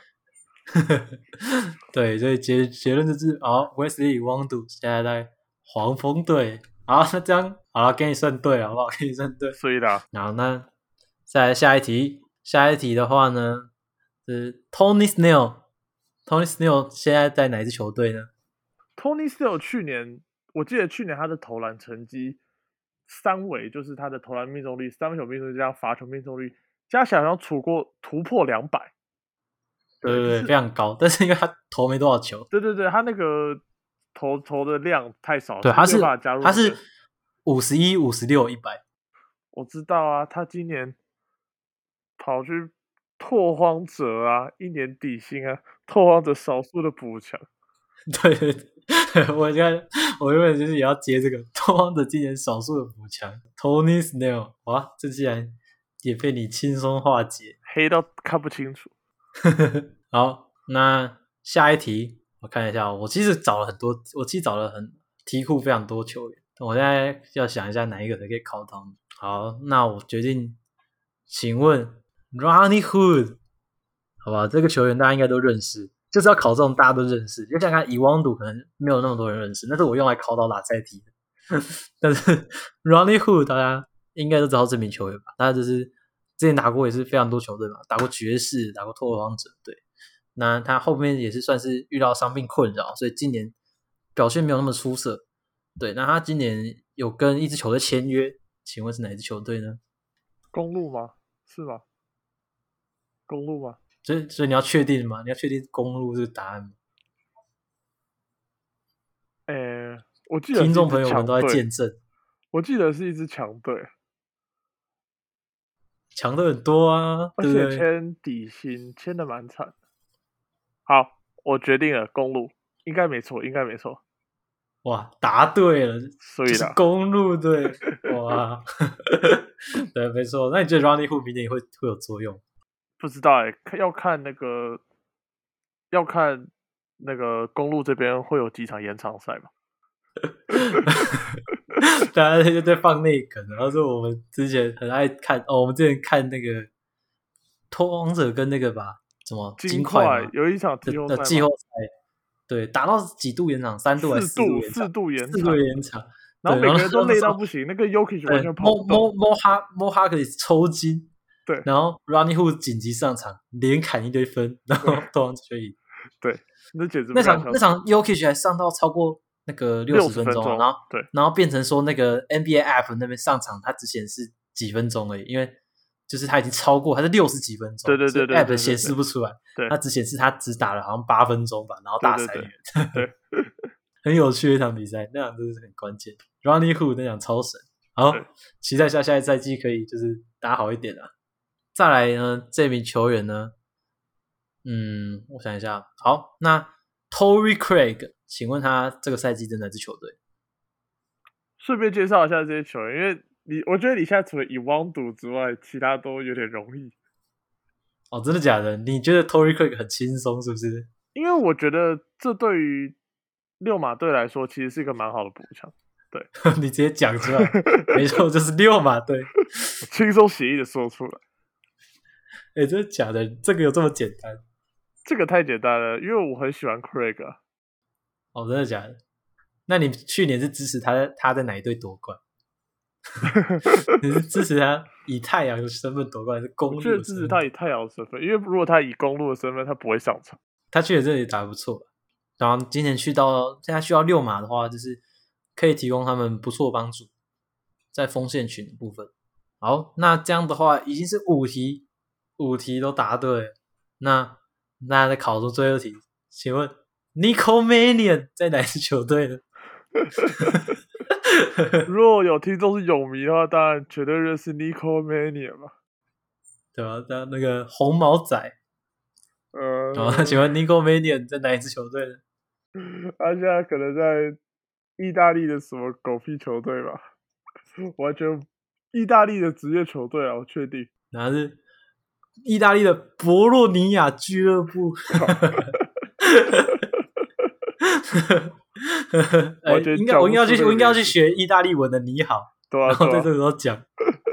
Speaker 2: 对，所以结结论就是好 ，Wesley Iwundu 现在在黄蜂队。好，那这样好了，给你算对好不好？给你算对。
Speaker 1: 所以啦，
Speaker 2: 好，那再来下一题，下一题的话呢是 Tony Snell。Tony Snell 现在在哪一支球队呢
Speaker 1: ？Tony Snell 去年，我记得去年他的投篮成绩三围，就是他的投篮命中率、三分球命中率加罚球命中率加起来，好像突过突破两百。
Speaker 2: 对对对，非常高，但是因为他投没多少球。
Speaker 1: 对对对，他那个投投的量太少。
Speaker 2: 对，他是
Speaker 1: 加入
Speaker 2: 他是五十一、五十六、一百。
Speaker 1: 我知道啊，他今年跑去拓荒者啊，一年底薪啊，拓荒者少数的补强。
Speaker 2: 对对对，我现在我原本就是也要接这个拓荒者今年少数的补强 ，Tony Snell， 哇，这竟然也被你轻松化解，
Speaker 1: 黑到看不清楚。
Speaker 2: 好，那下一题我看一下，我其实找了很多，我其实找了很题库非常多球员，我现在要想一下哪一个才可以考到。好，那我决定，请问 Ronnie Hood， 好吧，这个球员大家应该都认识，就是要考这种大家都认识，就像看Iwundu可能没有那么多人认识，那是我用来考到拉塞题的。但是 Ronnie Hood 大家应该都知道这名球员吧？他就是之前打过也是非常多球队嘛，打过爵士，打过拓荒者，对。那他后面也是算是遇到伤病困扰，所以今年表现没有那么出色。对，那他今年有跟一支球队签约，请问是哪一支球队呢？
Speaker 1: 公路吗？是吗？公路吗？
Speaker 2: 所以，所以你要确定吗？你要确定公路这个答案吗？
Speaker 1: 诶，我记得
Speaker 2: 听众朋友们都在见证。
Speaker 1: 我记得是一支强队，
Speaker 2: 强队很多啊，
Speaker 1: 而且签底薪签的蛮惨。好，我决定了，公路应该没错，应该没错。
Speaker 2: 哇，答对了，
Speaker 1: 所以
Speaker 2: 就是公路队。哇，对，没错。那你觉得 Ronnie Hood 明年会会有作用？
Speaker 1: 不知道哎、欸，要看那个要看那个公路这边会有几场延长赛吧。
Speaker 2: 大家就在放内梗，然后说我们之前很爱看哦，我们之前看那个拓荒者跟那个吧，什么金块
Speaker 1: 有一场季后赛，
Speaker 2: 季后赛，对，打到几度延长，三度还是四度？
Speaker 1: 四度延长，
Speaker 2: 四度延长，
Speaker 1: 然后每个人都累到不行，那个 Jokic 完全跑不动
Speaker 2: ，Mo Mo Mo Harkless 抽筋，
Speaker 1: 对，
Speaker 2: 然后 Ronnie Hood 紧急上场，连砍一堆分，然后拓荒者就赢，
Speaker 1: 对，那简直
Speaker 2: 那场那场 Jokic 还上到超过那个六十分钟，然后
Speaker 1: 对，
Speaker 2: 然后变成说那个 N B A App 那边上场，它只显示几分钟而已，因为就是他已经超过，他是六十几分钟，
Speaker 1: 对对对对
Speaker 2: ，App 显示不出来，
Speaker 1: 对，
Speaker 2: 它只显示他只打了好像八分钟吧，然后大三元，
Speaker 1: 对，
Speaker 2: 很有趣的一场比赛，那场真的是很关键。Ronnie Hood 那场超神，好，期待下下一赛季可以就是打好一点啊。再来呢，这名球员呢，嗯，我想一下，好，那 Torrey Craig， 请问他这个赛季在哪支球队？
Speaker 1: 顺便介绍一下这些球员，因为你我觉得你现在除了以汪赌之外，其他都有点容易。
Speaker 2: 哦，真的假的？你觉得 Torrey Craig 很轻松是不是？
Speaker 1: 因为我觉得这对于六马队来说，其实是一个蛮好的补强。对，
Speaker 2: 你直接讲出来，没错，就是六马队，
Speaker 1: 轻松写意的说出来。
Speaker 2: 哎、欸，真的假的？这个有这么简单？
Speaker 1: 这个太简单了，因为我很喜欢 Craig 啊。
Speaker 2: 哦，真的假的？那你去年是支持他他在哪一队夺冠？你是支持他以太阳的身份夺冠，还是公路的身份？
Speaker 1: 我是支持他以太阳的身份，因为如果他以公路的身份，他不会上场。
Speaker 2: 他去年这里打得不错，然后今年去到现在去到六马的话，就是可以提供他们不错帮助，在锋线群的部分。好，那这样的话已经是五题，五题都答对了。那那再考出最后一题，请问 Nico Mannion 在哪支球队呢？
Speaker 1: 如果有听众是泳迷的话，当然绝对认识 Nico Mannion 嘛，
Speaker 2: 对吧？那那个红毛仔，
Speaker 1: 呃，
Speaker 2: 哦，请问 Nico Mannion 在哪一支球队呢？
Speaker 1: 他现在可能在意大利的什么狗屁球队吧，完全意大利的职业球队啊，我确定。
Speaker 2: 然后是意大利的博洛尼亚俱乐部。欸、应该我应该要去，我应该要去学意大利文的你好，
Speaker 1: 对啊，
Speaker 2: 然后在这个时候讲。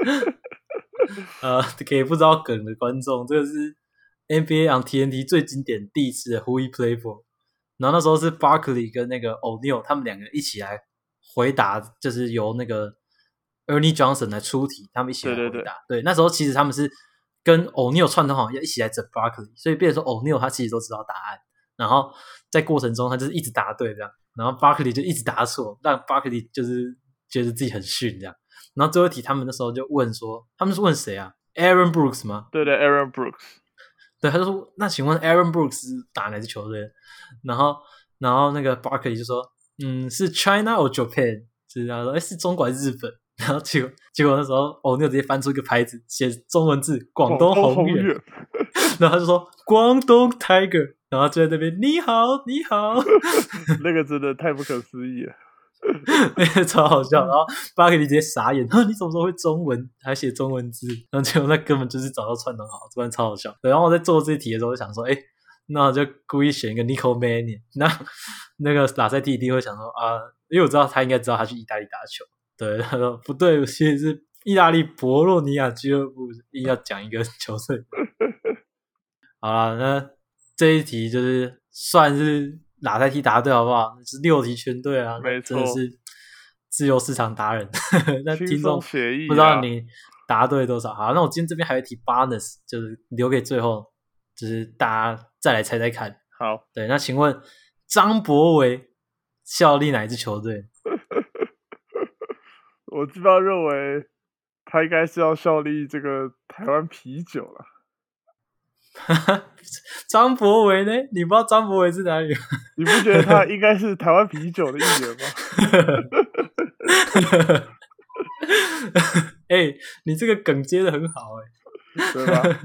Speaker 2: 呃，给不知道梗的观众，这个是 N B A on T N T 最经典第一次的 Who We Play For， 然后那时候是 Barkley 跟那个 O'Neal 他们两个一起来回答，就是由那个 Ernie Johnson 来出题，他们一起来回答。
Speaker 1: 对对对，
Speaker 2: 对，那时候其实他们是跟 O'Neal 串通好要一起来整 Barkley， 所以变成说 O'Neal 他其实都知道答案，然后在过程中他就是一直答对这样，然后 Barkley 就一直答错，让 Barkley 就是觉得自己很逊这样。然后最后一题他们那时候就问说，他们是问谁啊 ？Aaron Brooks 吗？
Speaker 1: 对对 ，Aaron Brooks。
Speaker 2: 对，他就说，那请问 Aaron Brooks 是打哪支球队？然后，然后那个 Barkley 就说，嗯，是 China or Japan？ 是他说，哎，是中国还是日本？然后结果，结果那时候欧尼尔直接翻出一个牌子，写中文字“广东宏远”，然后他就说“广东 Tiger”，然后就在那边你好，你好，
Speaker 1: 那个真的太不可思议了。
Speaker 2: 那个超好笑，然后巴克利直接傻眼，你怎么说会中文，还写中文字？然后结果那根本就是找到串通好，突然超好笑。然后我在做这题的时候，就想说，哎，那我就故意选一个 Nico Mannion， 那那个拉塞蒂一定会想说啊，因为我知道他应该知道他去意大利打球，对，他说不对，其实是意大利博洛尼亚俱乐部，硬要讲一个球队。好啦，那这一题就是算是。哪台题答对好不好？是六题全对啊，
Speaker 1: 没错，
Speaker 2: 真的是自由市场达人。那听众
Speaker 1: 不
Speaker 2: 知道你答对多少？好，那我今天这边还有一题 bonus， 就是留给最后，就是大家再来猜猜看。
Speaker 1: 好，
Speaker 2: 对，那请问张博维效力哪一支球队？
Speaker 1: 我基本上认为他应该是要效力这个台湾啤酒了。
Speaker 2: 张博维呢？你不知道张博维是哪里吗？
Speaker 1: 你不觉得他应该是台湾啤酒的一员吗？
Speaker 2: 哎、欸，你这个梗接的很好哎、
Speaker 1: 欸，对吧？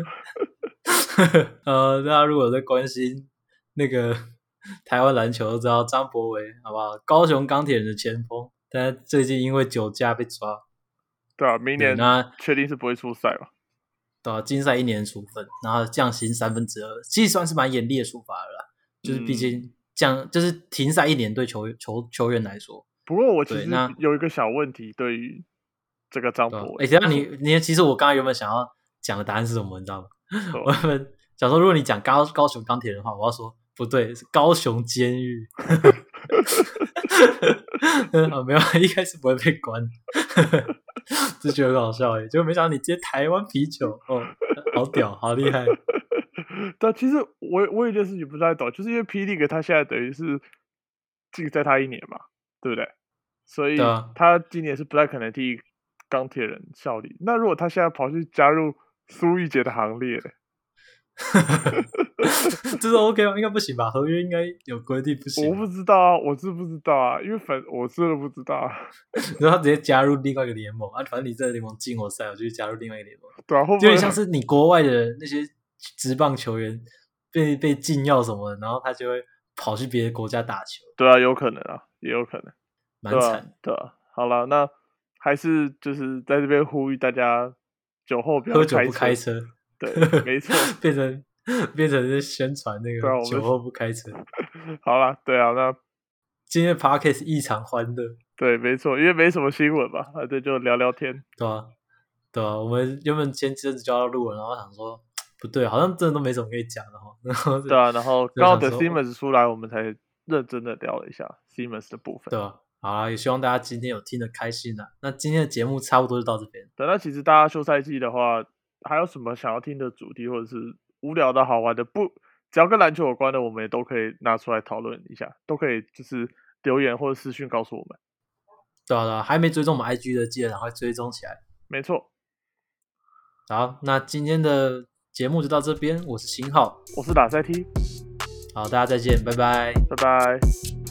Speaker 2: 呃，大家如果在关心那个台湾篮球，都知道张博维好不好？高雄钢铁人的前锋，但最近因为酒驾被抓。
Speaker 1: 对啊，明年确定是不会出赛吧？
Speaker 2: 对啊，禁赛一年处分，然后降薪三分之二，其实算是蛮严厉的处罚了啦。就是毕竟降，嗯、就是停赛一年对球球球员来说。
Speaker 1: 不过我其实有一个小问题，对于这个张博维。
Speaker 2: 哎，等一下你你其实我刚刚原本想要讲的答案是什么，你知道吗？我原本想说，如果你讲高高雄钢铁人的话，我要说不对，是高雄监狱。哦，没有，一开始不会被关。就觉得很好笑哎，结果没想到你接台湾啤酒哦，好屌，好厉害。
Speaker 1: 但其实我我有一件事情不太懂，就是因为霹雳哥他现在等于是禁赛他一年嘛，对不对？所以他今年是不太可能替钢铁人效力。那如果他现在跑去加入苏奕杰的行列嘞？
Speaker 2: 这是 OK 吗？应该不行吧？合约应该有规定不行。
Speaker 1: 我不知道啊，我是不知道啊，因为粉我真的不知道啊。
Speaker 2: 然后他直接加入另外一个联盟啊，反正你这个联盟进我赛，我就加入另外一个联盟。
Speaker 1: 对啊，会不会
Speaker 2: 有点像是你国外的那些职棒球员被被禁药什么的，然后他就会跑去别的国家打球。
Speaker 1: 对啊，有可能啊，也有可能，
Speaker 2: 蛮惨。
Speaker 1: 对啊，对啊。好了，那还是就是在这边呼吁大家酒后不要
Speaker 2: 喝酒不
Speaker 1: 开
Speaker 2: 开车。
Speaker 1: 对，没错，
Speaker 2: 变成变成是宣传那
Speaker 1: 对啊，我们
Speaker 2: 个酒后不开车。
Speaker 1: 好啦，对啊，那
Speaker 2: 今天的 podcast 异常欢乐。
Speaker 1: 对，没错，因为没什么新闻嘛，啊，对，就聊聊天。
Speaker 2: 对啊，对啊，我们原本前阵子就要录了，然后想说不对，好像真的都没什么可以讲的哈。然后
Speaker 1: 对啊，然后刚好等
Speaker 2: 就想说
Speaker 1: Simmons 出来，我们才认真的聊了一下 Simmons 的部分。
Speaker 2: 对啊，好啊，也希望大家今天有听得开心啊。那今天的节目差不多就到这边。
Speaker 1: 对，那其实大家休赛季的话，还有什么想要听的主题，或者是无聊的好玩的，不只要跟篮球有关的，我们也都可以拿出来讨论一下，都可以就是留言或者私讯告诉我们。
Speaker 2: 对啊，对啊，还没追踪我们 I G 的，记得赶快追踪起来。
Speaker 1: 没错。
Speaker 2: 好，那今天的节目就到这边，我是邢浩，
Speaker 1: 我是打赛 T，
Speaker 2: 好，大家再见，拜拜，
Speaker 1: 拜拜。